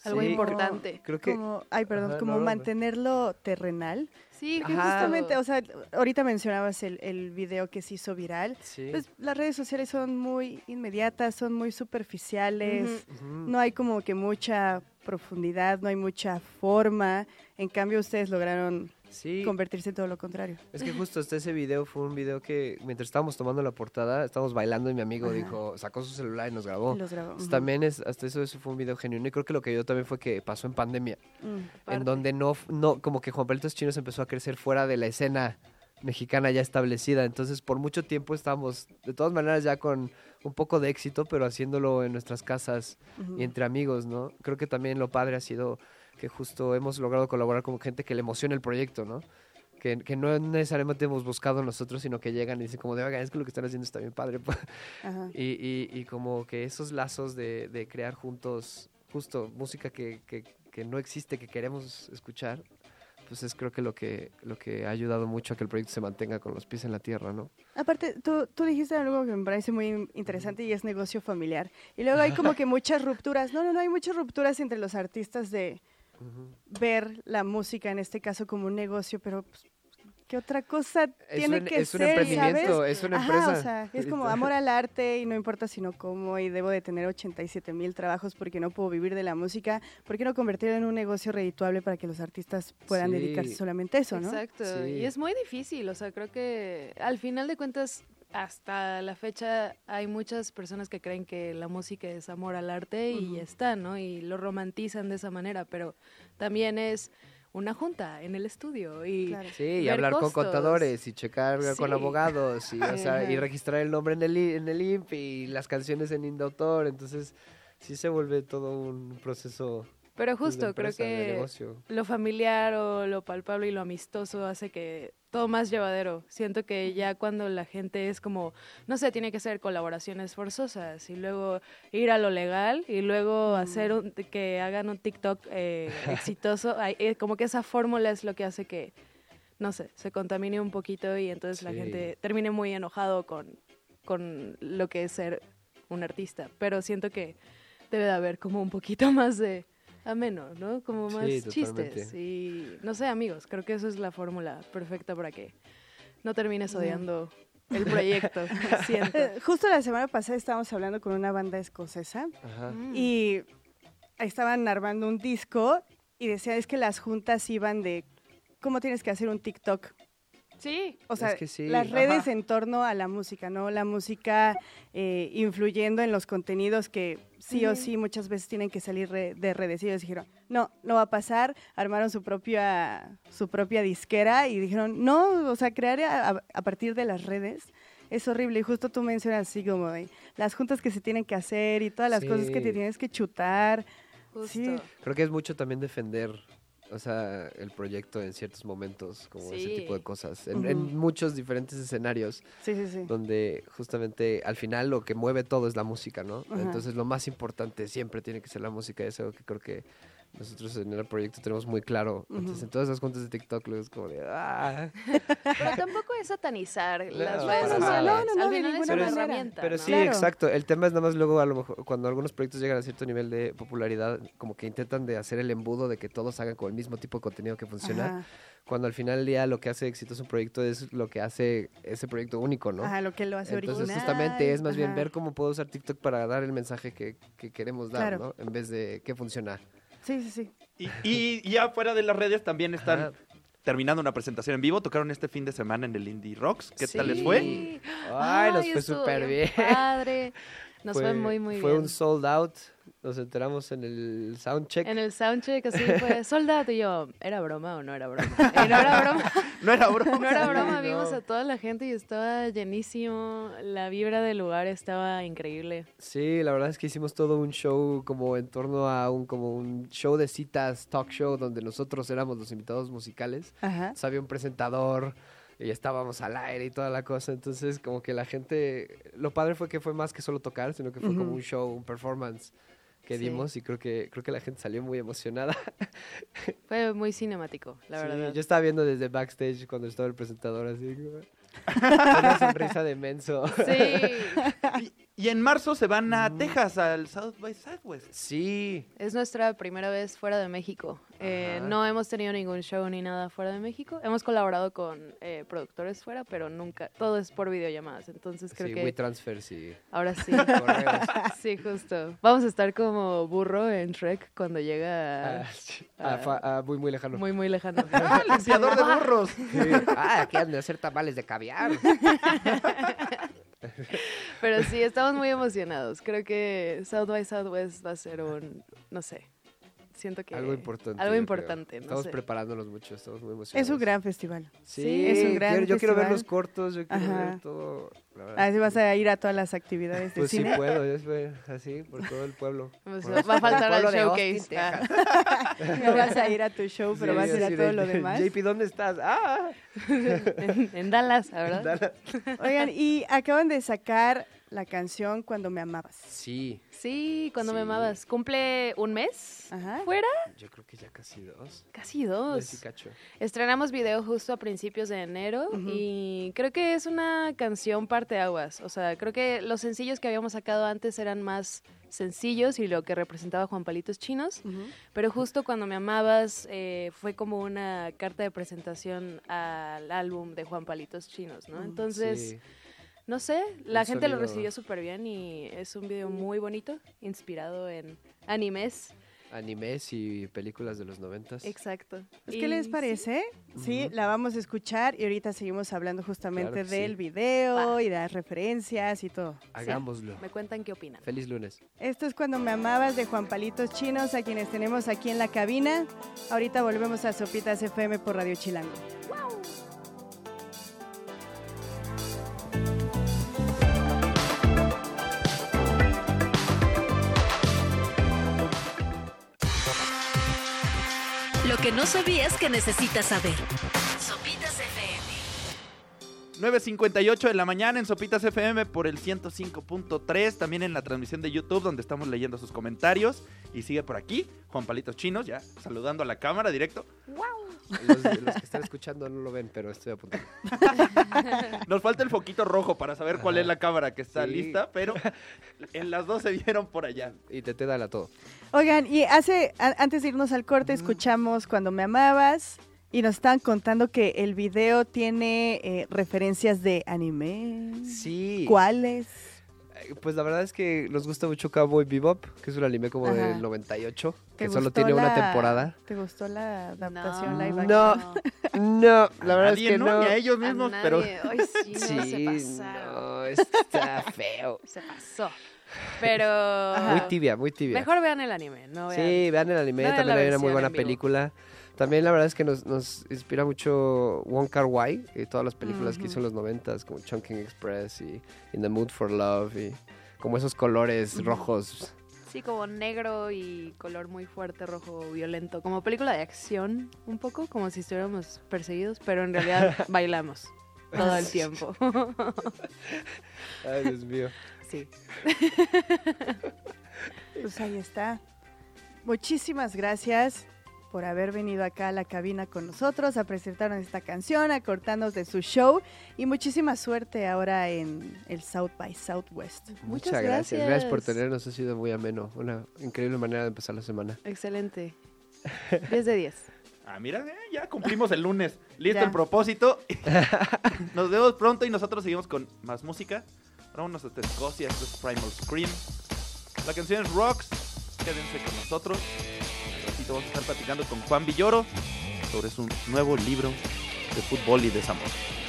algo Sí. importante. Creo que... Como, ay, perdón, Ajá, como no, no, no. mantenerlo terrenal. Sí, Que Ajá. justamente, o sea, ahorita mencionabas el, el video que se hizo viral. Sí. Pues las redes sociales son muy inmediatas, son muy superficiales. Ujú. Ujú. No hay como que mucha profundidad, no hay mucha forma. En cambio, ustedes lograron Sí. convertirse en todo lo contrario. Es que justo hasta ese video fue un video que mientras estábamos tomando la portada, estábamos bailando y mi amigo Ajá. dijo, sacó su celular y nos grabó. Y los grabó. Entonces, Ujú. también es, hasta eso, eso fue un video genuino y creo que lo que ayudó también fue que pasó en pandemia, Mm. Parte. en donde no, no, como que Juan Palitos Chinos empezó a crecer fuera de la escena mexicana ya establecida, entonces por mucho tiempo estábamos, de todas maneras ya con un poco de éxito, pero haciéndolo en nuestras casas Ujú. y entre amigos, ¿no? Creo que también lo padre ha sido que justo hemos logrado colaborar con gente que le emociona el proyecto, ¿no? Que, que no necesariamente hemos buscado nosotros, sino que llegan y dicen como de, oigan, es que lo que están haciendo está bien padre. pues". Ajá. y, y, y como que esos lazos de, de crear juntos, justo música que, que, que no existe, que queremos escuchar, pues es creo que lo que lo que ha ayudado mucho a que el proyecto se mantenga con los pies en la tierra, ¿no? Aparte, tú, tú dijiste algo que me parece muy interesante y es negocio familiar. Y luego hay como que muchas rupturas. No, no, no, hay muchas rupturas entre los artistas de ver la música, en este caso, como un negocio, pero pues, ¿qué otra cosa Es tiene un- que es un ser, emprendimiento, ¿sabes? es una Ajá, empresa. o sea, es como amor al arte y no importa sino cómo y debo de tener ochenta y siete mil trabajos porque no puedo vivir de la música. ¿Por qué no convertirlo en un negocio redituable para que los artistas puedan Sí. dedicarse solamente a eso, no? Exacto. Sí. Y es muy difícil, o sea, creo que al final de cuentas, hasta la fecha hay muchas personas que creen que la música es amor al arte y Ujú. ya está, ¿no? Y lo romantizan de esa manera, pero también es una junta en el estudio y Claro. Sí, y ver hablar costos. con contadores y checar con Sí. abogados y, o sea, y Ajá. registrar el nombre en el, I- en el I N P y las canciones en Indautor, entonces sí se vuelve todo un proceso Pero pues, de justo, creo empresa, de que negocio. lo familiar o lo palpable y lo amistoso hace que todo más llevadero. Siento que ya cuando la gente es como, no sé, tiene que hacer colaboraciones forzosas y luego ir a lo legal y luego hacer un, que hagan un TikTok eh, exitoso, ay, eh, como que esa fórmula es lo que hace que, no sé, se contamine un poquito y entonces la Sí. gente termine muy enojado con, con lo que es ser un artista. Pero siento que debe de haber como un poquito más de ameno, ¿no? Como Sí, más totalmente. chistes y, no sé, amigos, creo que eso es la fórmula perfecta para que no termines odiando el proyecto, siento. Eh, justo la semana pasada estábamos hablando con una banda escocesa Ajá. Mm. y estaban armando un disco y decían es que las juntas iban de cómo tienes que hacer un TikTok. Sí, O sea, Es que sí. las redes Ajá. en torno a la música, ¿no? La música eh, influyendo en los contenidos que sí o Ujú. sí muchas veces tienen que salir re- de redes. Y ellos dijeron, no, no va a pasar. Armaron su propia, su propia disquera y dijeron, no, o sea, crear a, a partir de las redes es horrible. Y justo tú mencionas así como de las juntas que se tienen que hacer y todas las cosas que te Sí. tienes que chutar. justo. Sí. Creo que es mucho también defender, o sea, el proyecto en ciertos momentos, como ese Sí. tipo de cosas, en, Ujú. en muchos diferentes escenarios, Sí, sí, sí. donde justamente al final lo que mueve todo es la música, ¿no? Ajá. Entonces lo más importante siempre tiene que ser la música, eso que creo que nosotros en el proyecto tenemos muy claro. Entonces Ujú. en todas esas juntas de TikTok luego es como de, ah. Pero tampoco es satanizar las No, redes para sociales. nada. No, no, no, Al de final es ninguna una manera. herramienta. Pero ¿no? sí, Claro. exacto. El tema es nada más luego, a lo mejor, cuando algunos proyectos llegan a cierto nivel de popularidad, como que intentan de hacer el embudo de que todos hagan con el mismo tipo de contenido que funciona, Ajá. cuando al final del día lo que hace exitoso un proyecto es lo que hace ese proyecto único, ¿no? Ajá, lo que lo hace Entonces original. justamente es más bien Ajá. ver cómo puedo usar TikTok para dar el mensaje que, que queremos dar, Claro. ¿no? En vez de qué funciona. Sí, sí, sí. Y, y ya fuera de las redes también están Ajá. terminando una presentación en vivo. Tocaron este fin de semana en el Indie Rocks. ¿Qué tal les Sí. fue? Ay, nos fue estuvo súper bien. Padre. Nos fue, muy, muy fue bien. un sold out. Nos enteramos en el soundcheck. En el soundcheck así fue soldado y yo, ¿era broma o no era broma? Y no era broma. No era broma. No era Sí, broma, no. vimos a toda la gente y estaba llenísimo, la vibra del lugar estaba increíble. Sí, la verdad es que hicimos todo un show como en torno a un como un show de citas, talk show, donde nosotros éramos los invitados musicales. Ajá. Entonces, había un presentador y estábamos al aire y toda la cosa. Entonces, como que la gente... Lo padre fue que fue más que solo tocar, sino que fue como Ujú. un show, un performance que Sí. dimos y creo que creo que la gente salió muy emocionada. Fue muy cinemático, la Sí, verdad. yo estaba viendo desde backstage cuando estaba el presentador así, como- una sonrisa de menso. Sí. Y, Y en marzo se van a Texas, al South by Southwest. Sí. Es nuestra primera vez fuera de México. Eh, Ajá. no hemos tenido ningún show ni nada fuera de México. Hemos colaborado con eh, productores fuera, pero nunca. Todo es por videollamadas. Entonces creo Sí, que WeTransfer, sí. ahora sí. Correos. Sí, justo. Vamos a estar como burro en Shrek cuando llega Ah, sí. Ah, fa- ah, muy, muy lejano. muy, muy lejano. ¡Ah, limpiador de burros! Sí. Ah, aquí han de hacer tamales de caviar. Pero sí, estamos muy emocionados. Creo que South by Southwest va a ser un, no sé, siento que... Algo importante. Algo yo importante, creo. no Estamos sé. preparándonos mucho, estamos muy emocionados. Es un gran festival. Sí, Sí, es un gran quiero- Yo quiero ver festival. los cortos, yo quiero Ajá. ver todo. la verdad. Así vas a ir a todas las actividades de Pues sí cine. puedo, es ver así, por todo el pueblo. Pues Por- va a por el faltar al pueblo de showcase. Austin, Ah. Texas. No vas a ir a tu show, pero Sí, vas a ir a así todo de- lo demás. J P, ¿dónde estás? Ah, en, en Dallas, ¿verdad? Dallas. Oigan, y acaban de sacar la canción Cuando me amabas. Sí, Sí, cuando me Sí. amabas. ¿Cumple un mes? Ajá. ¿Fuera? yo creo que ya casi dos. Casi Mes y dos. cacho. Estrenamos video justo a principios de enero Ujú. y creo que es una canción parteaguas. O sea, creo que los sencillos que habíamos sacado antes eran más sencillos y lo que representaba Juan Palitos Chinos. Ujú. Pero justo cuando me amabas eh, fue como una carta de presentación al álbum de Juan Palitos Chinos, ¿no? Mm, Entonces, Sí. no sé, la Un gente lo sonido- recibió súper bien y es un video muy bonito, inspirado en animes. Animes y películas de los noventas. Exacto. Pues, Y ¿qué les sí, parece? Sí, Ujú. la vamos a escuchar y ahorita seguimos hablando justamente Claro que del sí. video y las referencias y todo. Hagámoslo. me cuentan qué opinan. Feliz lunes. Esto es Cuando me amabas de Juan Palitos Chinos, a quienes tenemos aquí en la cabina. Ahorita volvemos a Sopitas F M por Radio Chilango. Lo que no sabías que necesitas saber. Sopitas F M. nueve cincuenta y ocho de la mañana en Sopitas F M por el ciento cinco punto tres, también en la transmisión de YouTube donde estamos leyendo sus comentarios. Y sigue por aquí Juan Palitos Chinos, ya saludando a la cámara directo. Los, los que están escuchando no lo ven, pero estoy apuntando. Nos falta el foquito rojo para saber cuál Ajá. es la cámara que está Sí. lista, pero en las dos se vieron por allá. Y te te a todo. Oigan, y hace, a- antes de irnos al corte, escuchamos Cuando me amabas y nos estaban contando que el video tiene eh, referencias de anime. Sí. ¿Cuáles? Eh, Pues la verdad es que nos gusta mucho Cowboy Bebop, que es un anime como Ajá. del noventa y ocho, ¿Te que solo gustó tiene una la- temporada. ¿Te gustó la adaptación No. live No. action? No, la A verdad nadie, es que ¿no? no. Ni a ellos A mismos, pero nadie. Ay, sí, no, Sí, se pasaron. no, está feo. Se pasó. Pero Muy tibia, muy tibia. mejor vean el anime, no vean. Sí, vean el anime, vean también la hay una muy versión buena en vivo. película. También la verdad es que nos, nos inspira mucho Wong Kar-wai y todas las películas que Ujú. hizo en los noventas, como Chungking Express y In the Mood for Love y como esos colores Ujú. rojos. Sí, como negro y color muy fuerte, rojo, violento. Como película de acción, un poco, como si estuviéramos perseguidos, pero en realidad bailamos todo el tiempo. Ay, Dios mío. Sí. Pues ahí está. Muchísimas gracias por haber venido acá a la cabina con nosotros, a presentarnos esta canción, a cortarnos de su show y muchísima suerte ahora en el South by Southwest. Muchas, Muchas gracias. Gracias por gracias. tenernos, ha sido muy ameno. Una increíble manera de empezar la semana. Excelente. diez de diez. Ah, mira, eh, ya cumplimos el lunes. Listo Ya. el propósito. Nos vemos pronto y nosotros seguimos con más música. Ahora vámonos hasta Escocia, esto es Primal Scream. La canción es Rocks. Quédense con nosotros. Al ratito vamos a estar platicando con Juan Villoro sobre su nuevo libro de fútbol y desamor.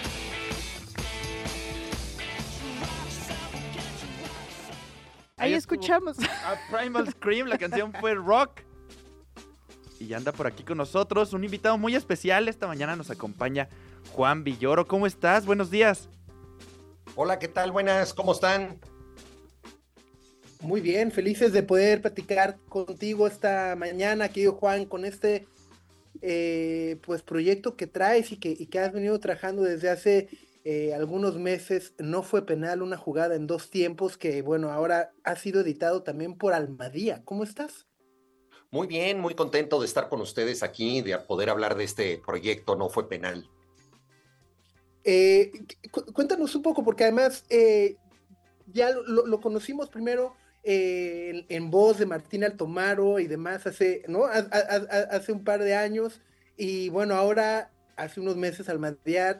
Ahí Ahí estuvo. escuchamos. A Primal Scream, la canción fue Rock. Y ya anda por aquí con nosotros un invitado muy especial. Esta mañana nos acompaña Juan Villoro. ¿Cómo estás? Buenos días. Hola, ¿qué tal? Buenas, ¿cómo están? Muy bien, felices de poder platicar contigo esta mañana, querido Juan, con este eh, pues proyecto que traes y que, y que has venido trabajando desde hace eh, algunos meses. No fue penal, una jugada en dos tiempos que, bueno, ahora ha sido editado también por Almadía. ¿Cómo estás? Muy bien, muy contento de estar con ustedes aquí, de poder hablar de este proyecto No Fue Penal. Eh, cu- cuéntanos un poco, porque además eh, ya lo, lo conocimos primero eh, en, en voz de Martín Altomaro y demás hace, ¿no? A, a, a, hace un par de años, y bueno, ahora hace unos meses Almadía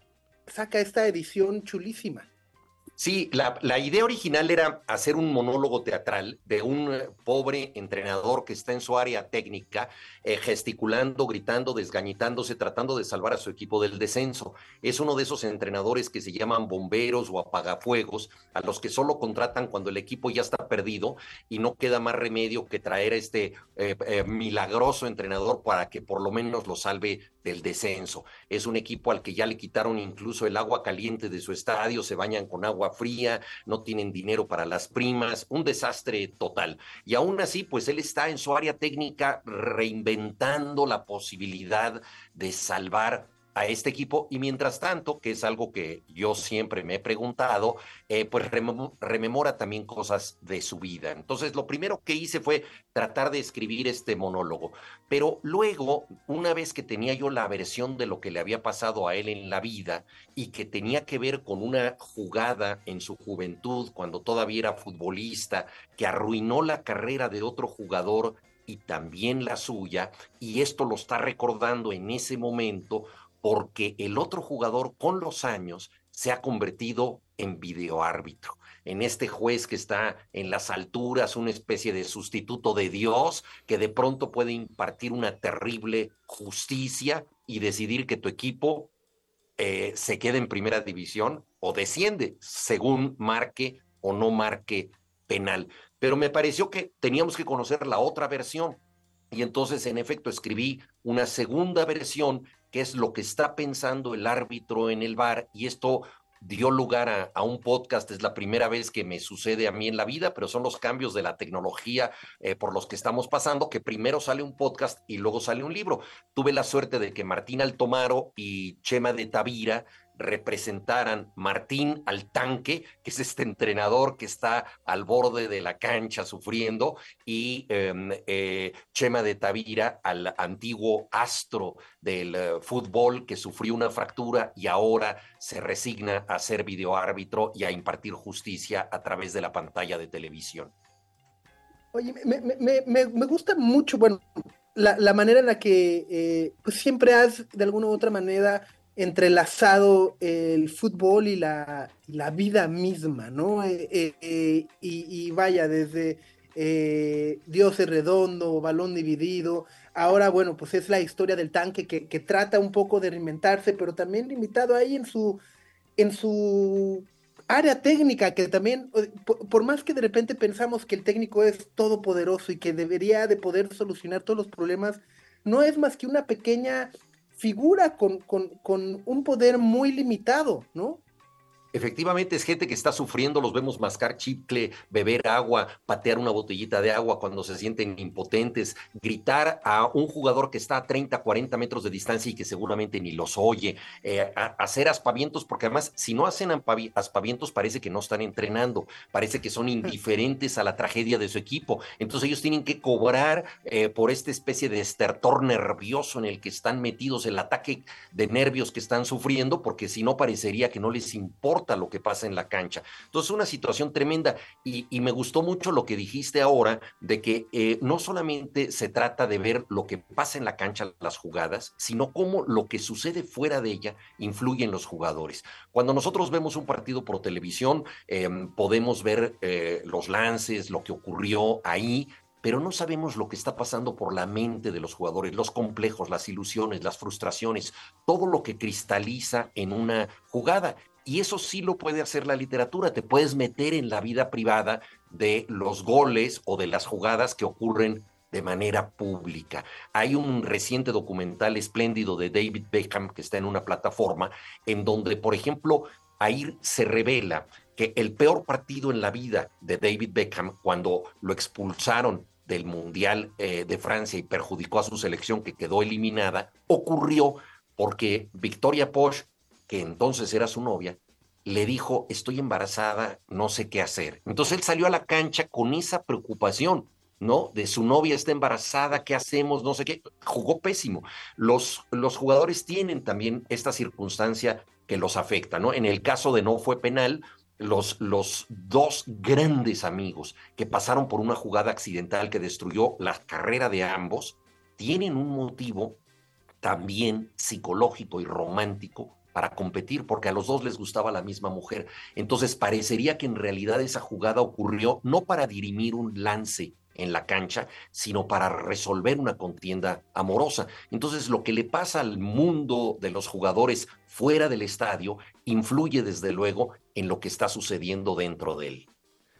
saca esta edición chulísima. Sí, la, la idea original era hacer un monólogo teatral de un eh, pobre entrenador que está en su área técnica, eh, gesticulando, gritando, desgañitándose, tratando de salvar a su equipo del descenso. Es uno de esos entrenadores que se llaman bomberos o apagafuegos, a los que solo contratan cuando el equipo ya está perdido y no queda más remedio que traer a este eh, eh, milagroso entrenador para que por lo menos lo salve del descenso. Es un equipo al que ya le quitaron incluso el agua caliente de su estadio, se bañan con agua fría, no tienen dinero para las primas, un desastre total. Y aún así, pues él está en su área técnica reinventando la posibilidad de salvar a este equipo, y mientras tanto, que es algo que yo siempre me he preguntado, eh, pues rem- rememora también cosas de su vida. Entonces, lo primero que hice fue tratar de escribir este monólogo, pero luego, una vez que tenía yo la versión de lo que le había pasado a él en la vida y que tenía que ver con una jugada en su juventud, cuando todavía era futbolista, que arruinó la carrera de otro jugador y también la suya, y esto lo está recordando en ese momento, porque el otro jugador con los años se ha convertido en videoárbitro, en este juez que está en las alturas, una especie de sustituto de Dios, que de pronto puede impartir una terrible justicia y decidir que tu equipo eh, se quede en primera división o desciende, según marque o no marque penal. Pero me pareció que teníamos que conocer la otra versión, y entonces en efecto escribí una segunda versión, que es lo que está pensando el árbitro en el V A R, y esto dio lugar a, a un podcast. Es la primera vez que me sucede a mí en la vida, pero son los cambios de la tecnología eh, por los que estamos pasando, que primero sale un podcast y luego sale un libro. Tuve la suerte de que Martín Altomaro y Chema de Tavira representaran Martín al tanque, que es este entrenador que está al borde de la cancha sufriendo, y eh, eh, Chema de Tavira al antiguo astro del uh, fútbol que sufrió una fractura y ahora se resigna a ser videoárbitro y a impartir justicia a través de la pantalla de televisión. Oye, me, me, me, me gusta mucho, bueno, la, la manera en la que eh, pues siempre has de alguna u otra manera entrelazado el fútbol y la, y la vida misma, ¿no? Eh, eh, eh, y, y vaya, desde eh, Dios es redondo, balón dividido, ahora, bueno, pues es la historia del tanque que, que trata un poco de reinventarse, pero también limitado ahí en su, en su área técnica, que también, por, por más que de repente pensamos que el técnico es todopoderoso y que debería de poder solucionar todos los problemas, no es más que una pequeña figura con, con, con un poder muy limitado, ¿no? Efectivamente, es gente que está sufriendo, los vemos mascar chicle, beber agua, patear una botellita de agua cuando se sienten impotentes, gritar a un jugador que está a treinta, cuarenta metros de distancia y que seguramente ni los oye, eh, a, a hacer aspavientos, porque además si no hacen aspavientos parece que no están entrenando, parece que son indiferentes a la tragedia de su equipo. Entonces ellos tienen que cobrar eh, por esta especie de estertor nervioso en el que están metidos, el ataque de nervios que están sufriendo, porque si no parecería que no les importa lo que pasa en la cancha. Entonces, una situación tremenda, y, y me gustó mucho lo que dijiste ahora, de que eh, no solamente se trata de ver lo que pasa en la cancha, las jugadas, sino cómo lo que sucede fuera de ella influye en los jugadores. Cuando nosotros vemos un partido por televisión, eh, podemos ver eh, los lances, lo que ocurrió ahí, pero no sabemos lo que está pasando por la mente de los jugadores, los complejos, las ilusiones, las frustraciones, todo lo que cristaliza en una jugada. Y eso sí lo puede hacer la literatura, te puedes meter en la vida privada de los goles o de las jugadas que ocurren de manera pública. Hay un reciente documental espléndido de David Beckham que está en una plataforma en donde, por ejemplo, ahí se revela que el peor partido en la vida de David Beckham, cuando lo expulsaron del Mundial eh, de Francia y perjudicó a su selección que quedó eliminada, ocurrió porque Victoria Posch, que entonces era su novia, le dijo, estoy embarazada, no sé qué hacer. Entonces él salió a la cancha con esa preocupación, ¿no? De su novia está embarazada, ¿qué hacemos? No sé qué. Jugó pésimo. Los, los jugadores tienen también esta circunstancia que los afecta, ¿no? En el caso de no fue penal, los, los dos grandes amigos que pasaron por una jugada accidental que destruyó la carrera de ambos, tienen un motivo también psicológico y romántico para competir, porque a los dos les gustaba la misma mujer. Entonces parecería que en realidad esa jugada ocurrió no para dirimir un lance en la cancha, sino para resolver una contienda amorosa. Entonces lo que le pasa al mundo de los jugadores fuera del estadio influye desde luego en lo que está sucediendo dentro de él.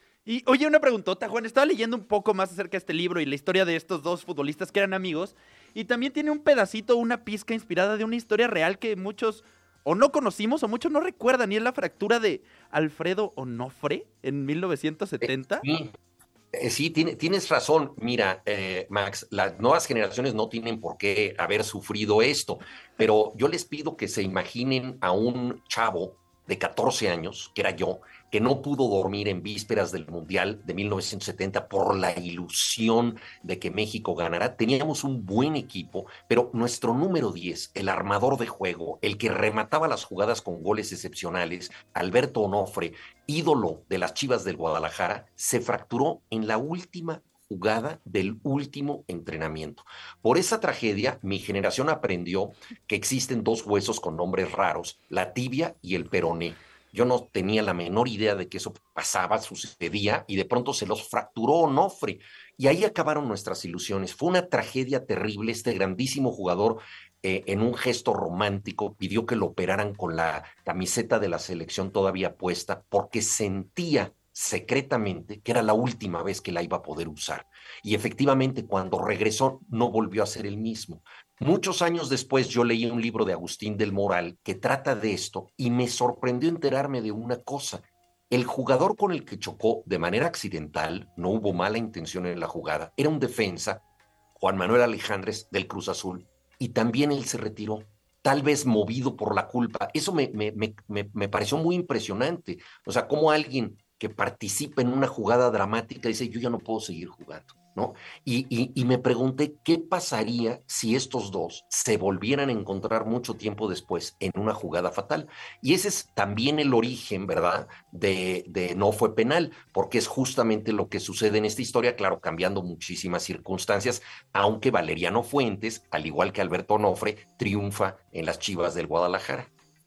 Y oye, una preguntota, Juan, estaba leyendo un poco más acerca de este libro y la historia de estos dos futbolistas que eran amigos, y también tiene un pedacito, una pizca inspirada de una historia real que muchos o no conocimos o muchos no recuerdan, y es la fractura de Alfredo Onofre en mil novecientos setenta. Eh, sí, eh, sí tiene, tienes razón. Mira, eh, Max, las nuevas generaciones no tienen por qué haber sufrido esto, pero yo les pido que se imaginen a un chavo de catorce años, que era yo, que no pudo dormir en vísperas del Mundial de mil novecientos setenta por la ilusión de que México ganara. Teníamos un buen equipo, pero nuestro número diez, el armador de juego, el que remataba las jugadas con goles excepcionales, Alberto Onofre, ídolo de las Chivas del Guadalajara, se fracturó en la última jugada del último entrenamiento. Por esa tragedia, mi generación aprendió que existen dos huesos con nombres raros, la tibia y el peroné. Yo no tenía la menor idea de que eso pasaba, sucedía, y de pronto se los fracturó Onofre. Y ahí acabaron nuestras ilusiones. Fue una tragedia terrible. Este grandísimo jugador, eh, en un gesto romántico, pidió que lo operaran con la camiseta de la selección todavía puesta, porque sentía secretamente que era la última vez que la iba a poder usar. Y efectivamente, cuando regresó, no volvió a ser el mismo. Muchos años después yo leí un libro de Agustín del Moral que trata de esto y me sorprendió enterarme de una cosa. El jugador con el que chocó de manera accidental, no hubo mala intención en la jugada, era un defensa, Juan Manuel Alejandres del Cruz Azul, y también él se retiró, tal vez movido por la culpa. Eso me, me, me, me, me pareció muy impresionante. O sea, cómo alguien que participa en una jugada dramática dice, yo ya no puedo seguir jugando, ¿no? Y, y, y me pregunté qué pasaría si estos dos se volvieran a encontrar mucho tiempo después en una jugada fatal. Y ese es también el origen, ¿verdad?, de, de No Fue Penal, porque es justamente lo que sucede en esta historia, claro, cambiando muchísimas circunstancias, aunque Valeriano Fuentes, al igual que Alberto Onofre, triunfa en las Chivas del Guadalajara.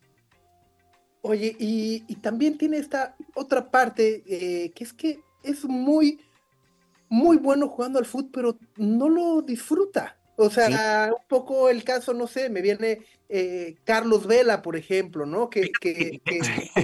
Oye, y, y también tiene esta otra parte, eh, que es que es muy, muy bueno jugando al fútbol, pero no lo disfruta. O sea, sí. Un poco el caso, no sé, me viene eh, Carlos Vela, por ejemplo, ¿no? Que, que, que,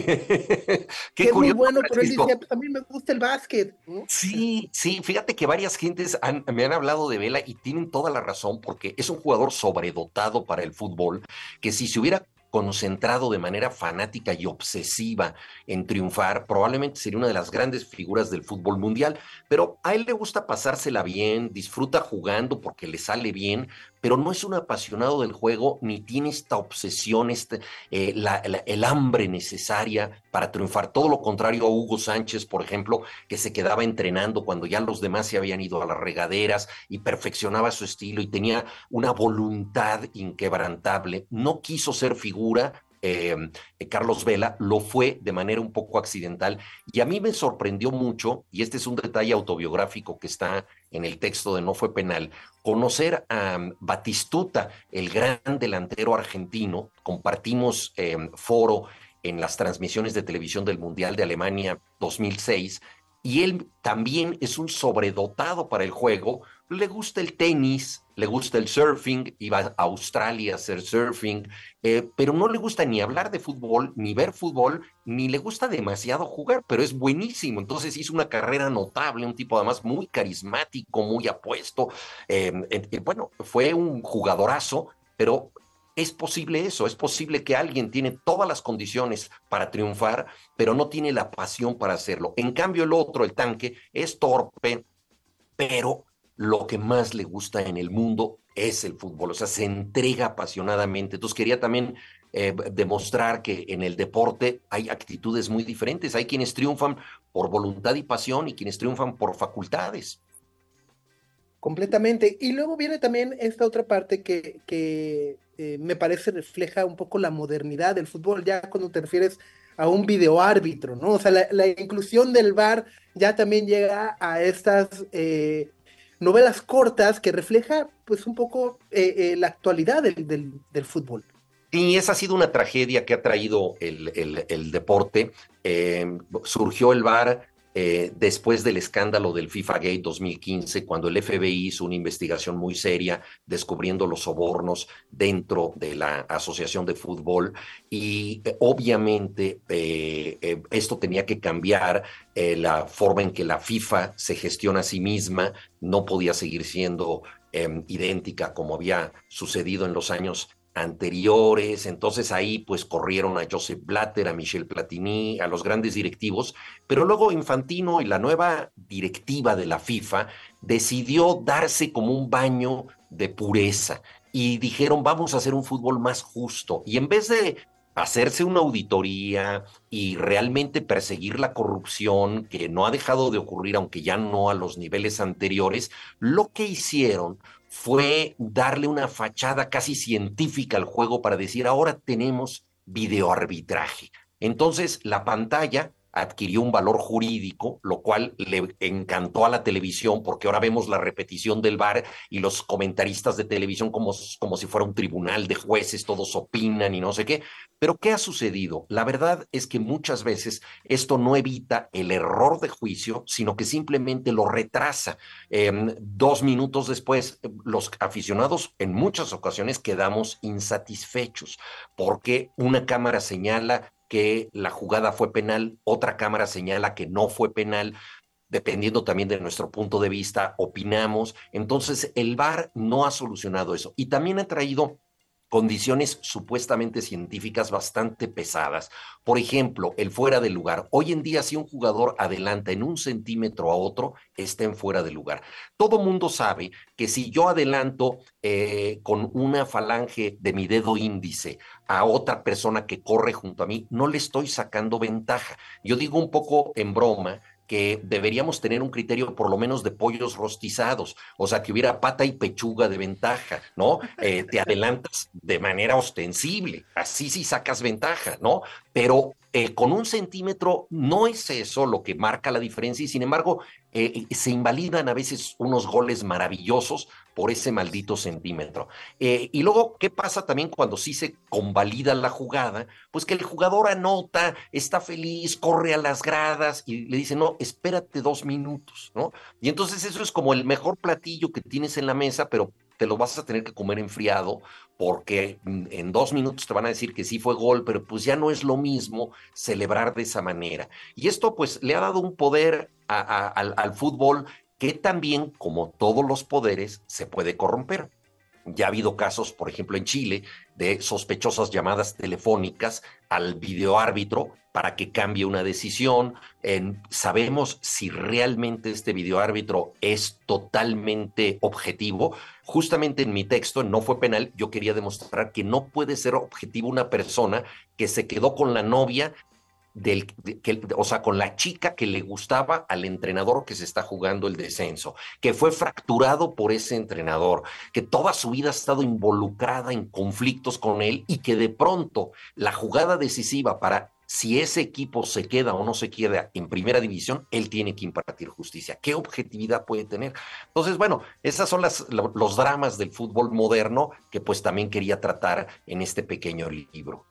que es muy bueno, pero él dice, pues a mí me gusta el básquet, ¿no? Sí, sí, fíjate que varias gentes han, me han hablado de Vela y tienen toda la razón, porque es un jugador sobredotado para el fútbol, que si se hubiera concentrado de manera fanática y obsesiva en triunfar, probablemente sería una de las grandes figuras del fútbol mundial, pero a él le gusta pasársela bien, disfruta jugando porque le sale bien, pero no es un apasionado del juego, ni tiene esta obsesión, este, eh, la, la, el hambre necesaria para triunfar. Todo lo contrario a Hugo Sánchez, por ejemplo, que se quedaba entrenando cuando ya los demás se habían ido a las regaderas y perfeccionaba su estilo y tenía una voluntad inquebrantable. No quiso ser figura. Eh, eh, Carlos Vela lo fue de manera un poco accidental y a mí me sorprendió mucho, y este es un detalle autobiográfico que está en el texto de No Fue Penal, conocer a um, Batistuta, el gran delantero argentino. Compartimos eh, foro en las transmisiones de televisión del Mundial de Alemania dos mil seis, y él también es un sobredotado para el juego. Le gusta el tenis, le gusta el surfing, iba a Australia a hacer surfing, eh, pero no le gusta ni hablar de fútbol, ni ver fútbol, ni le gusta demasiado jugar, pero es buenísimo. Entonces hizo una carrera notable, un tipo además muy carismático, muy apuesto. Eh, eh, bueno, fue un jugadorazo, pero es posible eso, es posible que alguien tiene todas las condiciones para triunfar, pero no tiene la pasión para hacerlo. En cambio, el otro, el tanque, es torpe, pero lo que más le gusta en el mundo es el fútbol, o sea, se entrega apasionadamente. Entonces quería también eh, demostrar que en el deporte hay actitudes muy diferentes. Hay quienes triunfan por voluntad y pasión y quienes triunfan por facultades. Completamente. Y luego viene también esta otra parte que, que eh, me parece refleja un poco la modernidad del fútbol, ya cuando te refieres a un videoárbitro, ¿no? O sea, la, la inclusión del V A R ya también llega a estas eh, novelas cortas que refleja pues un poco eh, eh, la actualidad del, del, del fútbol. Y esa ha sido una tragedia que ha traído el, el, el deporte. Eh, surgió el V A R eh, después del escándalo del FIFA Gate dos mil quince, cuando el F B I hizo una investigación muy seria descubriendo los sobornos dentro de la Asociación de Fútbol y eh, obviamente eh, eh, esto tenía que cambiar. Eh, la forma en que la FIFA se gestiona a sí misma no podía seguir siendo eh, idéntica como había sucedido en los años anteriores. Entonces ahí pues corrieron a Joseph Blatter, a Michel Platini, a los grandes directivos, pero luego Infantino y la nueva directiva de la FIFA decidió darse como un baño de pureza y dijeron vamos a hacer un fútbol más justo, y en vez de hacerse una auditoría y realmente perseguir la corrupción, que no ha dejado de ocurrir, aunque ya no a los niveles anteriores, lo que hicieron fue darle una fachada casi científica al juego para decir, ahora tenemos videoarbitraje. Entonces, la pantalla adquirió un valor jurídico, lo cual le encantó a la televisión, porque ahora vemos la repetición del V A R y los comentaristas de televisión como, como si fuera un tribunal de jueces, todos opinan y no sé qué. Pero ¿qué ha sucedido? La verdad es que muchas veces esto no evita el error de juicio, sino que simplemente lo retrasa. Eh, dos minutos después, los aficionados en muchas ocasiones quedamos insatisfechos, porque una cámara señala que la jugada fue penal, otra cámara señala que no fue penal, dependiendo también de nuestro punto de vista, opinamos. Entonces, el V A R no ha solucionado eso. Y también ha traído condiciones supuestamente científicas bastante pesadas. Por ejemplo, el fuera de lugar. Hoy en día, si un jugador adelanta en un centímetro a otro, está en fuera de lugar. Todo mundo sabe que si yo adelanto eh, con una falange de mi dedo índice a otra persona que corre junto a mí, no le estoy sacando ventaja. Yo digo un poco en broma que deberíamos tener un criterio por lo menos de pollos rostizados, o sea, que hubiera pata y pechuga de ventaja, ¿no? Eh, te adelantas de manera ostensible, así sí sacas ventaja, ¿no? Pero eh, con un centímetro no es eso lo que marca la diferencia y sin embargo eh, se invalidan a veces unos goles maravillosos por ese maldito centímetro. Eh, y luego, ¿qué pasa también cuando sí se convalida la jugada? Pues que el jugador anota, está feliz, corre a las gradas y le dice, no, espérate dos minutos, ¿no? Y entonces eso es como el mejor platillo que tienes en la mesa, pero te lo vas a tener que comer enfriado porque en dos minutos te van a decir que sí fue gol, pero pues ya no es lo mismo celebrar de esa manera. Y esto pues le ha dado un poder a, a, al, al fútbol que también, como todos los poderes, se puede corromper. Ya ha habido casos, por ejemplo, en Chile, de sospechosas llamadas telefónicas al videoárbitro para que cambie una decisión. Eh, sabemos si realmente este videoárbitro es totalmente objetivo. Justamente en mi texto, en No Fue Penal, yo quería demostrar que no puede ser objetivo una persona que se quedó con la novia Del, de, que, o sea, con la chica que le gustaba al entrenador que se está jugando el descenso, que fue fracturado por ese entrenador, que toda su vida ha estado involucrada en conflictos con él y que de pronto la jugada decisiva para si ese equipo se queda o no se queda en primera división, él tiene que impartir justicia. ¿Qué objetividad puede tener? Entonces, bueno, esas son las, los dramas del fútbol moderno que pues también quería tratar en este pequeño libro.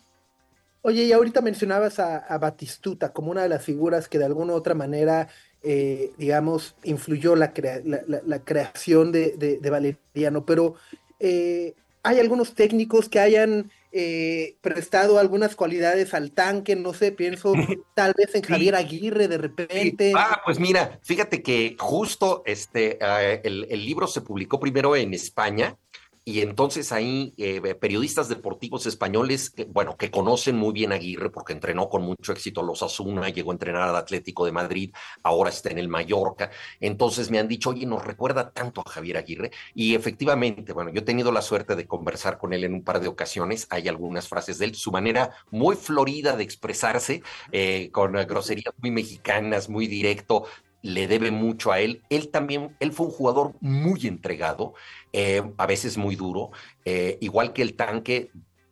Oye, y ahorita mencionabas a, a Batistuta como una de las figuras que de alguna u otra manera, eh, digamos, influyó la, crea la, la, la creación de, de, de Valeriano, pero eh, ¿hay algunos técnicos que hayan eh, prestado algunas cualidades al tanque? No sé, pienso tal vez en Javier Aguirre de repente. Ah, pues mira, fíjate que justo este, uh, el, el libro se publicó primero en España. Y entonces ahí eh, periodistas deportivos españoles, que, bueno, que conocen muy bien a Aguirre porque entrenó con mucho éxito a los Osasuna, llegó a entrenar al Atlético de Madrid, ahora está en el Mallorca. Entonces me han dicho, oye, nos recuerda tanto a Javier Aguirre. Y efectivamente, bueno, yo he tenido la suerte de conversar con él en un par de ocasiones. Hay algunas frases de él, su manera muy florida de expresarse, eh, con groserías muy mexicanas, muy directo, le debe mucho a él. Él también, él fue un jugador muy entregado, eh, a veces muy duro, eh, igual que el tanque,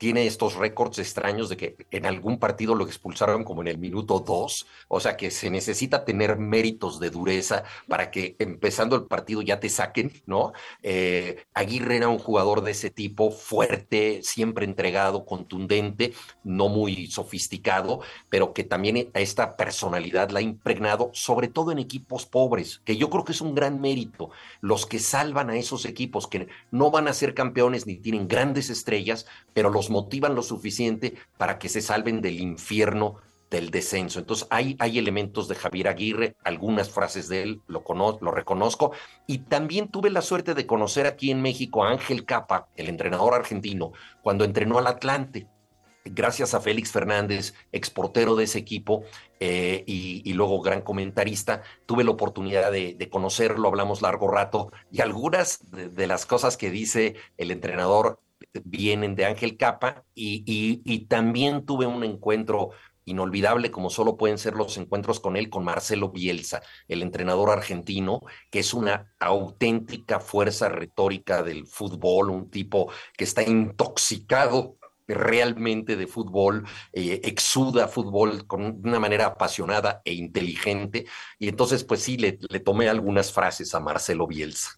tiene estos récords extraños de que en algún partido lo expulsaron como en el minuto dos, o sea que se necesita tener méritos de dureza para que empezando el partido ya te saquen, ¿no? Eh, Aguirre era un jugador de ese tipo, fuerte, siempre entregado, contundente, no muy sofisticado, pero que también a esta personalidad la ha impregnado, sobre todo en equipos pobres, que yo creo que es un gran mérito, los que salvan a esos equipos que no van a ser campeones ni tienen grandes estrellas, pero los motivan lo suficiente para que se salven del infierno del descenso. Entonces hay, hay elementos de Javier Aguirre, algunas frases de él, lo, cono lo reconozco, y también tuve la suerte de conocer aquí en México a Ángel Capa, el entrenador argentino, cuando entrenó al Atlante. Gracias a Félix Fernández, exportero de ese equipo eh, y, y luego gran comentarista, tuve la oportunidad de, de conocerlo, hablamos largo rato y algunas de, de las cosas que dice el entrenador vienen de Ángel Capa y, y, y también tuve un encuentro inolvidable como solo pueden ser los encuentros con él, con Marcelo Bielsa, el entrenador argentino, que es una auténtica fuerza retórica del fútbol, un tipo que está intoxicado realmente de fútbol, eh, exuda fútbol con una manera apasionada e inteligente, y entonces pues sí, le, le tomé algunas frases a Marcelo Bielsa.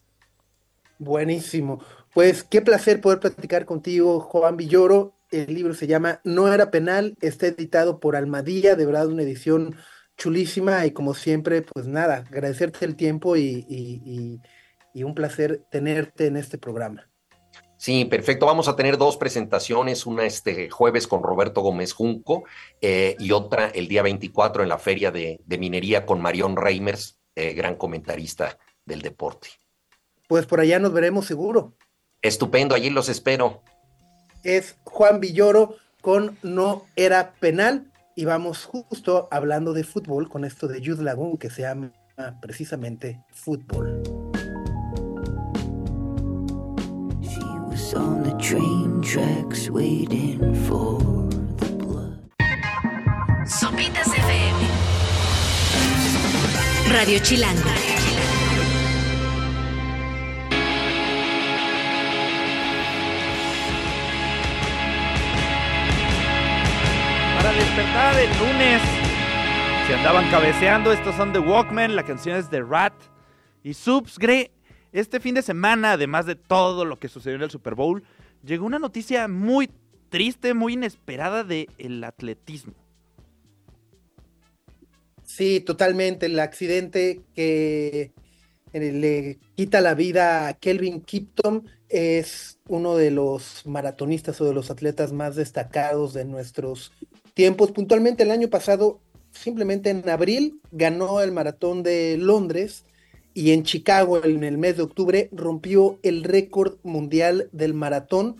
Buenísimo. Pues qué placer poder platicar contigo, Juan Villoro. El libro se llama No era penal, está editado por Almadía, de verdad una edición chulísima y como siempre, pues nada, agradecerte el tiempo y, y, y, y un placer tenerte en este programa. Sí, perfecto. Vamos a tener dos presentaciones, una este jueves con Roberto Gómez Junco eh, y otra el día veinticuatro en la Feria de, de Minería con Marión Reimers, eh, gran comentarista del deporte. Pues por allá nos veremos seguro. Estupendo, allí los espero. Es Juan Villoro con No era penal y vamos justo hablando de fútbol con esto de Youth Lagoon que se llama precisamente Fútbol. On the train tracks waiting for the blood. Sopitas F M. Radio Chilango. Para despertar el lunes, se andaban cabeceando, estos son The Walkmen, la canción es The Rat y Subs Gre. Este fin de semana, además de todo lo que sucedió en el Super Bowl, llegó una noticia muy triste, muy inesperada del atletismo. Sí, totalmente. El accidente que le quita la vida a Kelvin Kiptum es uno de los maratonistas o de los atletas más destacados de nuestros tiempos. Puntualmente el año pasado, simplemente en abril, ganó el maratón de Londres. Y en Chicago, en el mes de octubre, rompió el récord mundial del maratón,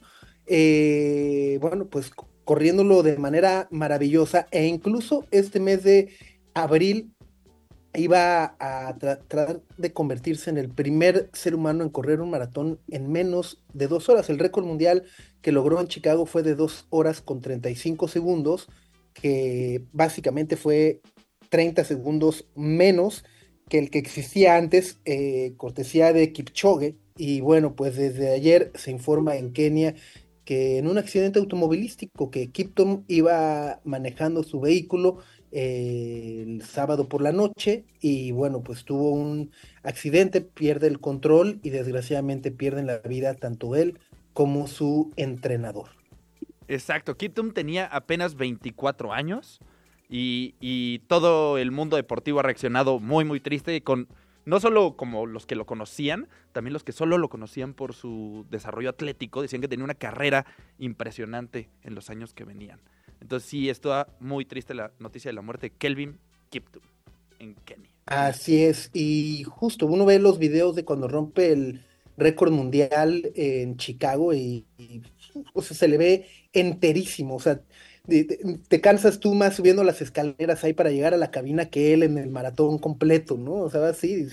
eh, bueno, pues corriéndolo de manera maravillosa, e incluso este mes de abril iba a tra tratar de convertirse en el primer ser humano en correr un maratón en menos de dos horas. El récord mundial que logró en Chicago fue de dos horas con treinta y cinco segundos, que básicamente fue treinta segundos menos que el que existía antes, eh, cortesía de Kipchoge, y bueno, pues desde ayer se informa en Kenia que en un accidente automovilístico que Kiptum iba manejando su vehículo eh, el sábado por la noche, y bueno, pues tuvo un accidente, pierde el control y desgraciadamente pierden la vida tanto él como su entrenador. Exacto, Kiptum tenía apenas veinticuatro años. Y, y todo el mundo deportivo ha reaccionado muy, muy triste, con no solo como los que lo conocían, también los que solo lo conocían por su desarrollo atlético, decían que tenía una carrera impresionante en los años que venían. Entonces sí, está muy triste la noticia de la muerte de Kelvin Kiptum en Kenia. Así es, y justo uno ve los videos de cuando rompe el récord mundial en Chicago y, y o sea, se le ve enterísimo, o sea, Te, te cansas tú más subiendo las escaleras ahí para llegar a la cabina que él en el maratón completo, ¿no? O sea, así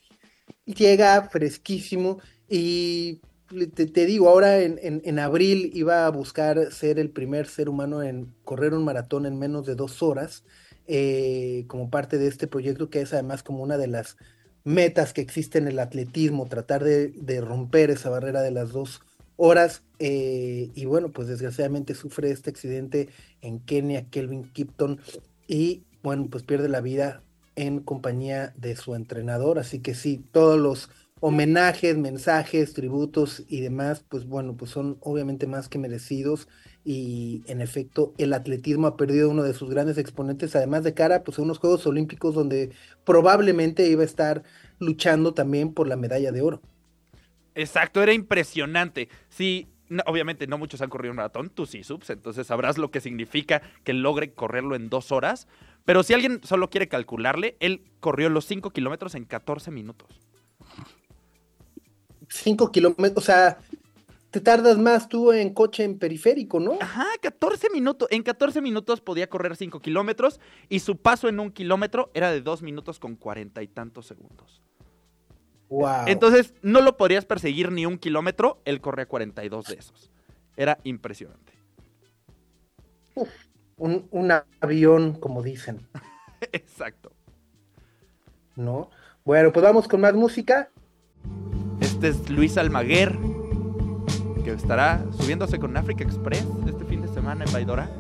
llega fresquísimo y te, te digo, ahora en, en, en abril iba a buscar ser el primer ser humano en correr un maratón en menos de dos horas, eh, como parte de este proyecto que es además como una de las metas que existe en el atletismo, tratar de, de romper esa barrera de las dos horas. Eh, y bueno, pues desgraciadamente sufre este accidente en Kenia, Kelvin Kipton, y bueno, pues pierde la vida en compañía de su entrenador. Así que sí, todos los homenajes, mensajes, tributos y demás, pues bueno, pues son obviamente más que merecidos. Y en efecto, el atletismo ha perdido uno de sus grandes exponentes, además de cara pues a unos Juegos Olímpicos donde probablemente iba a estar luchando también por la medalla de oro. Exacto, era impresionante. Sí, no, obviamente no muchos han corrido un maratón, tú sí, Subs, entonces sabrás lo que significa que logre correrlo en dos horas. Pero si alguien solo quiere calcularle, él corrió los cinco kilómetros en catorce minutos. Cinco kilómetros, o sea, te tardas más tú en coche en periférico, ¿no? Ajá, catorce minutos. En catorce minutos podía correr cinco kilómetros y su paso en un kilómetro era de dos minutos con cuarenta y tantos segundos. Wow. Entonces, no lo podrías perseguir ni un kilómetro, él corría cuarenta y dos de esos. Era impresionante. Uf, un, un avión, como dicen. Exacto. ¿No? Bueno, pues vamos con más música. Este es Luis Almaguer, que estará subiéndose con Africa Express este fin de semana en Baidora.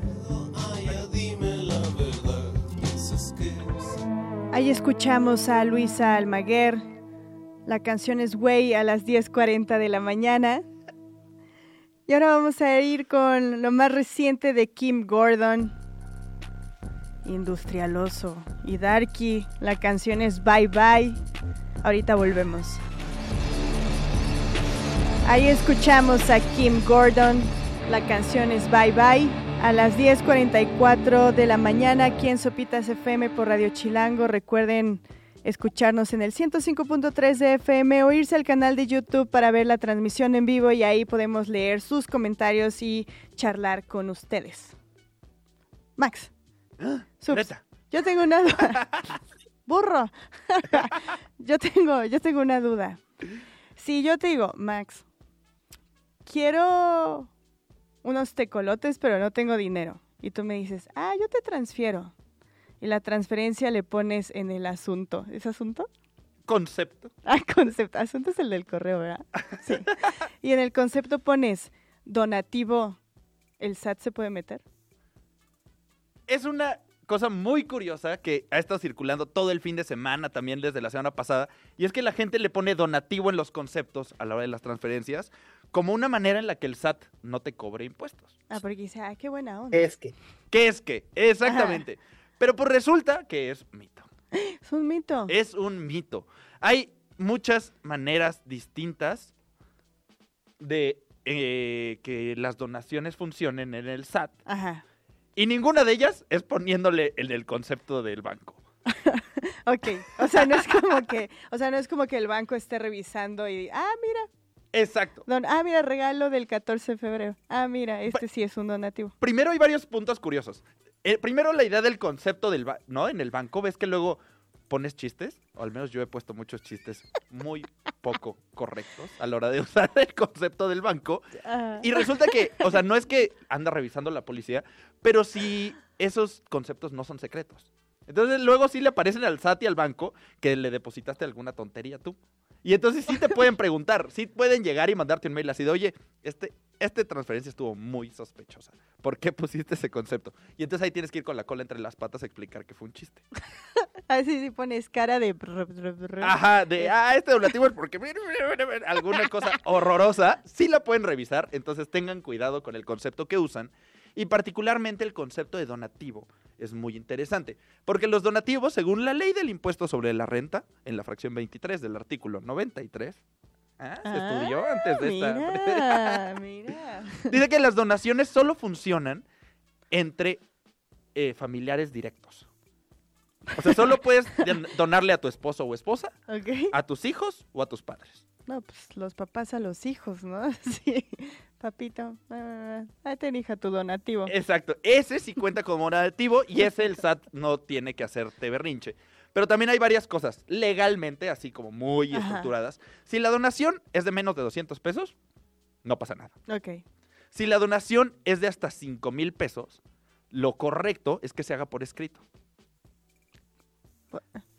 Ahí escuchamos a Luisa Almaguer. La canción es Güey a las diez cuarenta de la mañana. Y ahora vamos a ir con lo más reciente de Kim Gordon. Industrialoso y Darky. La canción es Bye Bye. Ahorita volvemos. Ahí escuchamos a Kim Gordon. La canción es Bye Bye. A las diez cuarenta y cuatro de la mañana aquí en Sopitas F M por Radio Chilango. Recuerden escucharnos en el ciento cinco punto tres de F M o irse al canal de YouTube para ver la transmisión en vivo y ahí podemos leer sus comentarios y charlar con ustedes. Max. Subs, yo tengo una duda. Burro. yo tengo, yo tengo una duda. Si yo te digo, Max, quiero unos tecolotes, pero no tengo dinero. Y tú me dices, ah, yo te transfiero. Y la transferencia le pones en el asunto. ¿Es asunto? Concepto. Ah, concepto. Asunto es el del correo, ¿verdad? Sí. Y en el concepto pones donativo, ¿el S A T se puede meter? Es una cosa muy curiosa que ha estado circulando todo el fin de semana, también desde la semana pasada, y es que la gente le pone donativo en los conceptos a la hora de las transferencias como una manera en la que el S A T no te cobre impuestos. Ah, porque dice, ah, qué buena onda. Es que. ¿Qué es que? Exactamente. Ajá. Pero pues resulta que es mito. Es un mito. Es un mito. Hay muchas maneras distintas de eh, que las donaciones funcionen en el S A T. Ajá. Y ninguna de ellas es poniéndole el del concepto del banco. Ok, o sea, no es como que, o sea, no es como que el banco esté revisando y, ah, mira. Exacto. Don, ah, mira, regalo del catorce de febrero. Ah, mira, este sí es un donativo. Primero hay varios puntos curiosos. Eh, primero la idea del concepto del banco, ¿no? En el banco, ¿ves que luego pones chistes? O al menos yo he puesto muchos chistes muy poco correctos a la hora de usar el concepto del banco. Uh. Y resulta que, o sea, no es que anda revisando la policía, pero sí esos conceptos no son secretos. Entonces luego sí le aparecen al S A T y al banco que le depositaste alguna tontería tú. Y entonces sí te pueden preguntar, sí pueden llegar y mandarte un mail así de, oye, este, esta transferencia estuvo muy sospechosa. ¿Por qué pusiste ese concepto? Y entonces ahí tienes que ir con la cola entre las patas a explicar que fue un chiste. Así sí pones cara de... Ajá, de, ah, este donativo es porque... alguna cosa horrorosa, sí la pueden revisar, entonces tengan cuidado con el concepto que usan. Y particularmente el concepto de donativo es muy interesante, porque los donativos, según la ley del impuesto sobre la renta, en la fracción veintitrés del artículo noventa y tres, ah, se ah, estudió antes de mira, esta... mira. Dice que las donaciones solo funcionan entre eh, familiares directos. O sea, solo puedes donarle a tu esposo o esposa, okay, a tus hijos o a tus padres. No, pues los papás a los hijos, ¿no? Sí, papito, ahí ten hija tu donativo. Exacto, ese sí cuenta como donativo y ese el S A T no tiene que hacerte berrinche. Pero también hay varias cosas legalmente, así como muy Ajá. estructuradas. Si la donación es de menos de doscientos pesos, no pasa nada. Ok. Si la donación es de hasta cinco mil pesos, lo correcto es que se haga por escrito.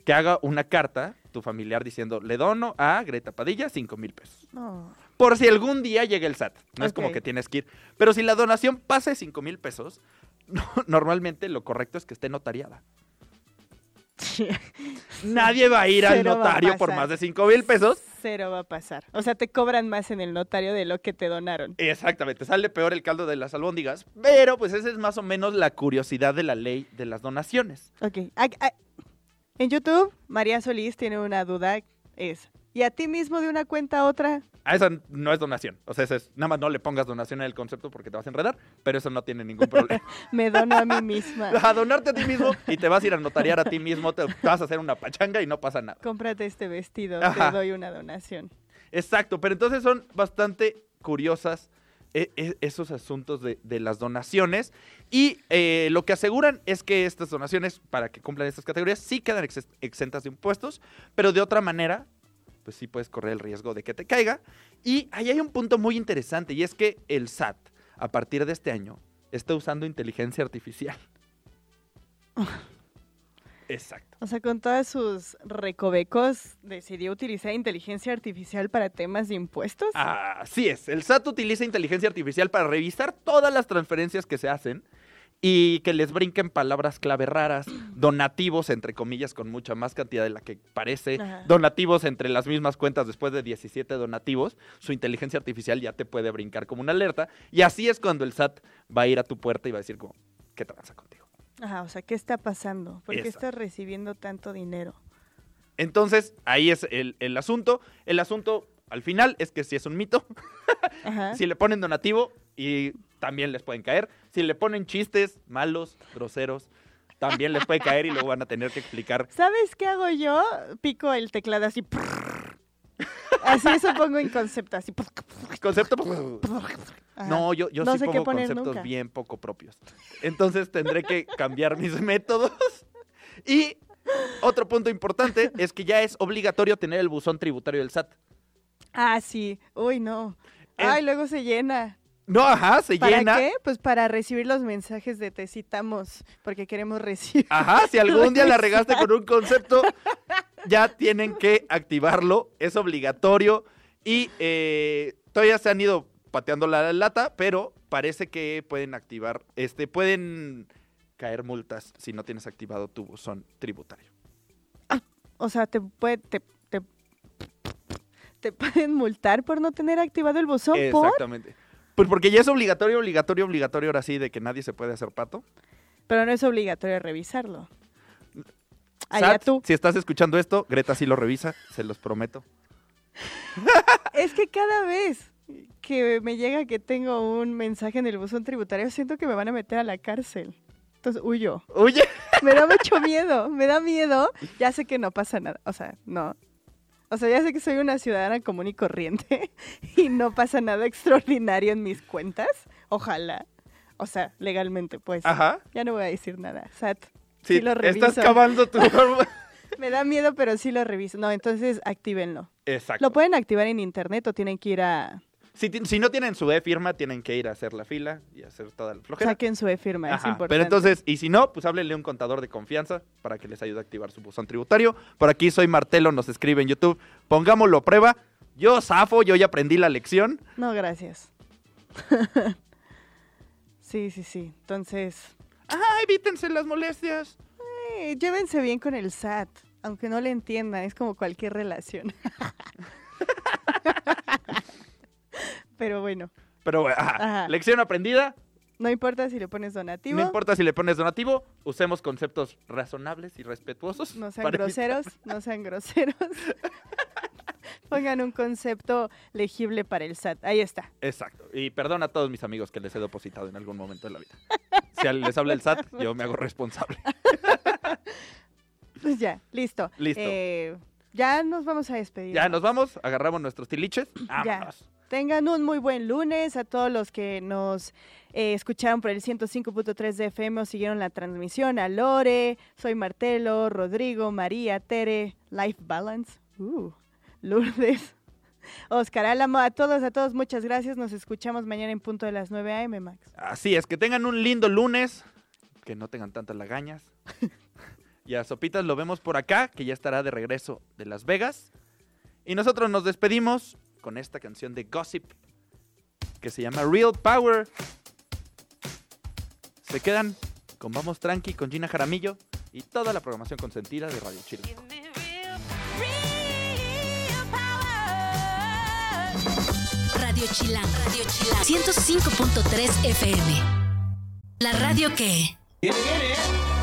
que haga una carta, tu familiar, diciendo, le dono a Greta Padilla cinco mil pesos. No. Por si algún día llega el S A T. No es como Ok. que tienes que ir. Pero si la donación pasa de cinco mil pesos, no, normalmente lo correcto es que esté notariada. Nadie va a ir al Cero va a notario por pasar. más de cinco mil pesos. Cero va a pasar. O sea, te cobran más en el notario de lo que te donaron. Exactamente, sale peor el caldo de las albóndigas. Pero pues esa es más o menos la curiosidad de la ley de las donaciones. Ok. Ah, ah, en YouTube, María Solís tiene una duda. Es, ¿y a ti mismo de una cuenta a otra? A esa no es donación. O sea, esa es, nada más no le pongas donación en el concepto porque te vas a enredar, pero eso no tiene ningún problema. Me dono a mí misma. A donarte a ti mismo y te vas a ir a notariar a ti mismo, te vas a hacer una pachanga y no pasa nada. Cómprate este vestido, Ajá. te doy una donación. Exacto, pero entonces son bastante curiosas eh, eh, esos asuntos de, de las donaciones y eh, lo que aseguran es que estas donaciones, para que cumplan estas categorías, sí quedan ex- exentas de impuestos, pero de otra manera, pues sí puedes correr el riesgo de que te caiga. Y ahí hay un punto muy interesante y es que el S A T, a partir de este año, está usando inteligencia artificial. Exacto. O sea, con todos sus recovecos, decidió utilizar inteligencia artificial para temas de impuestos. Así es, el S A T utiliza inteligencia artificial para revisar todas las transferencias que se hacen y que les brinquen palabras clave raras, donativos, entre comillas, con mucha más cantidad de la que parece, Ajá. donativos entre las mismas cuentas después de diecisiete donativos, su inteligencia artificial ya te puede brincar como una alerta y así es cuando el S A T va a ir a tu puerta y va a decir como, ¿qué tranza contigo? Ajá, o sea, ¿qué está pasando? ¿Por qué Exacto. estás recibiendo tanto dinero? Entonces, ahí es el, el asunto. El asunto, al final, es que si es un mito, Ajá. si le ponen donativo y también les pueden caer. Si le ponen chistes malos, groseros, también les puede caer y luego van a tener que explicar. ¿Sabes qué hago yo? Pico el teclado así. Así eso pongo en concepto, así. Concepto. Ajá. No, yo, yo No sí sé qué pongo poner conceptos nunca. bien poco propios. Entonces tendré que cambiar mis métodos. Y otro punto importante es que ya es obligatorio tener el buzón tributario del S A T. Ah, sí. Uy, no. En- Ay, luego se llena. No, ajá, se ¿Para llena. qué? Pues para recibir los mensajes de te citamos, porque queremos recibir. Ajá, si algún día la los regaste con un concepto, ya tienen que activarlo, es obligatorio y eh, todavía se han ido pateando la lata, pero parece que pueden activar, este, pueden caer multas si no tienes activado tu buzón tributario. O sea, te puede, te, te, te pueden multar por no tener activado el buzón, ¿por? Exactamente. Pues porque ya es obligatorio, obligatorio, obligatorio ahora sí de que nadie se puede hacer pato. Pero no es obligatorio revisarlo. Allá S A T, tú. si estás escuchando esto, Greta sí lo revisa, se los prometo. Es que cada vez que me llega que tengo un mensaje en el buzón tributario, siento que me van a meter a la cárcel. Entonces huyo. Oye, Me da mucho miedo, me da miedo. Ya sé que no pasa nada, o sea, no. O sea, ya sé que soy una ciudadana común y corriente y no pasa nada extraordinario en mis cuentas. Ojalá. O sea, legalmente, pues. ajá. Ya no voy a decir nada. S A T. Sí, Sí lo reviso. estás cavando tu... Me da miedo, pero sí lo reviso. No, entonces actívenlo. Exacto. ¿Lo pueden activar en internet o tienen que ir a... Si, ti- si no tienen su e-firma, tienen que ir a hacer la fila y hacer toda la flojera. Saquen su e-firma, es Ajá, importante. pero entonces, y si no, pues háblenle a un contador de confianza para que les ayude a activar su buzón tributario. Por aquí soy Martelo, nos escribe en YouTube. Pongámoslo a prueba. Yo zafo, yo ya aprendí la lección. No, gracias. Sí, sí, sí. Entonces, Ajá, evítense las molestias. eh, llévense bien con el S A T, aunque no le entiendan, es como cualquier relación. Pero bueno, Pero bueno, ajá, Ajá. lección aprendida. no importa si le pones donativo, No importa si le pones donativo, usemos conceptos razonables y respetuosos. no sean para evitar- groseros, no sean groseros. Pongan un concepto legible para el S A T. Ahí está. Exacto. Y perdón a todos mis amigos que les he depositado en algún momento de la vida. Si al- les habla el S A T, yo me hago responsable. Pues ya, listo. Listo. Eh, ya nos vamos a despedir. Ya ¿no? nos vamos, agarramos nuestros tiliches. Ya. Vámonos. Tengan un muy buen lunes a todos los que nos eh, escucharon por el ciento cinco punto tres de F M o siguieron la transmisión. A Lore, soy Martelo, Rodrigo, María, Tere, Life Balance, uh, Lourdes, Oscar Álamo, a todos, a todos, muchas gracias. Nos escuchamos mañana en punto de las nueve a eme, Max. Así es, que tengan un lindo lunes, que no tengan tantas lagañas. Y a Sopitas lo vemos por acá, que ya estará de regreso de Las Vegas. Y nosotros nos despedimos con esta canción de Gossip, que se llama Real Power. Se quedan con Vamos Tranqui, con Gina Jaramillo y toda la programación consentida de Radio Chilango. Radio Chilango, Radio Chilango, ciento cinco punto tres F M. La radio que... Viene, viene.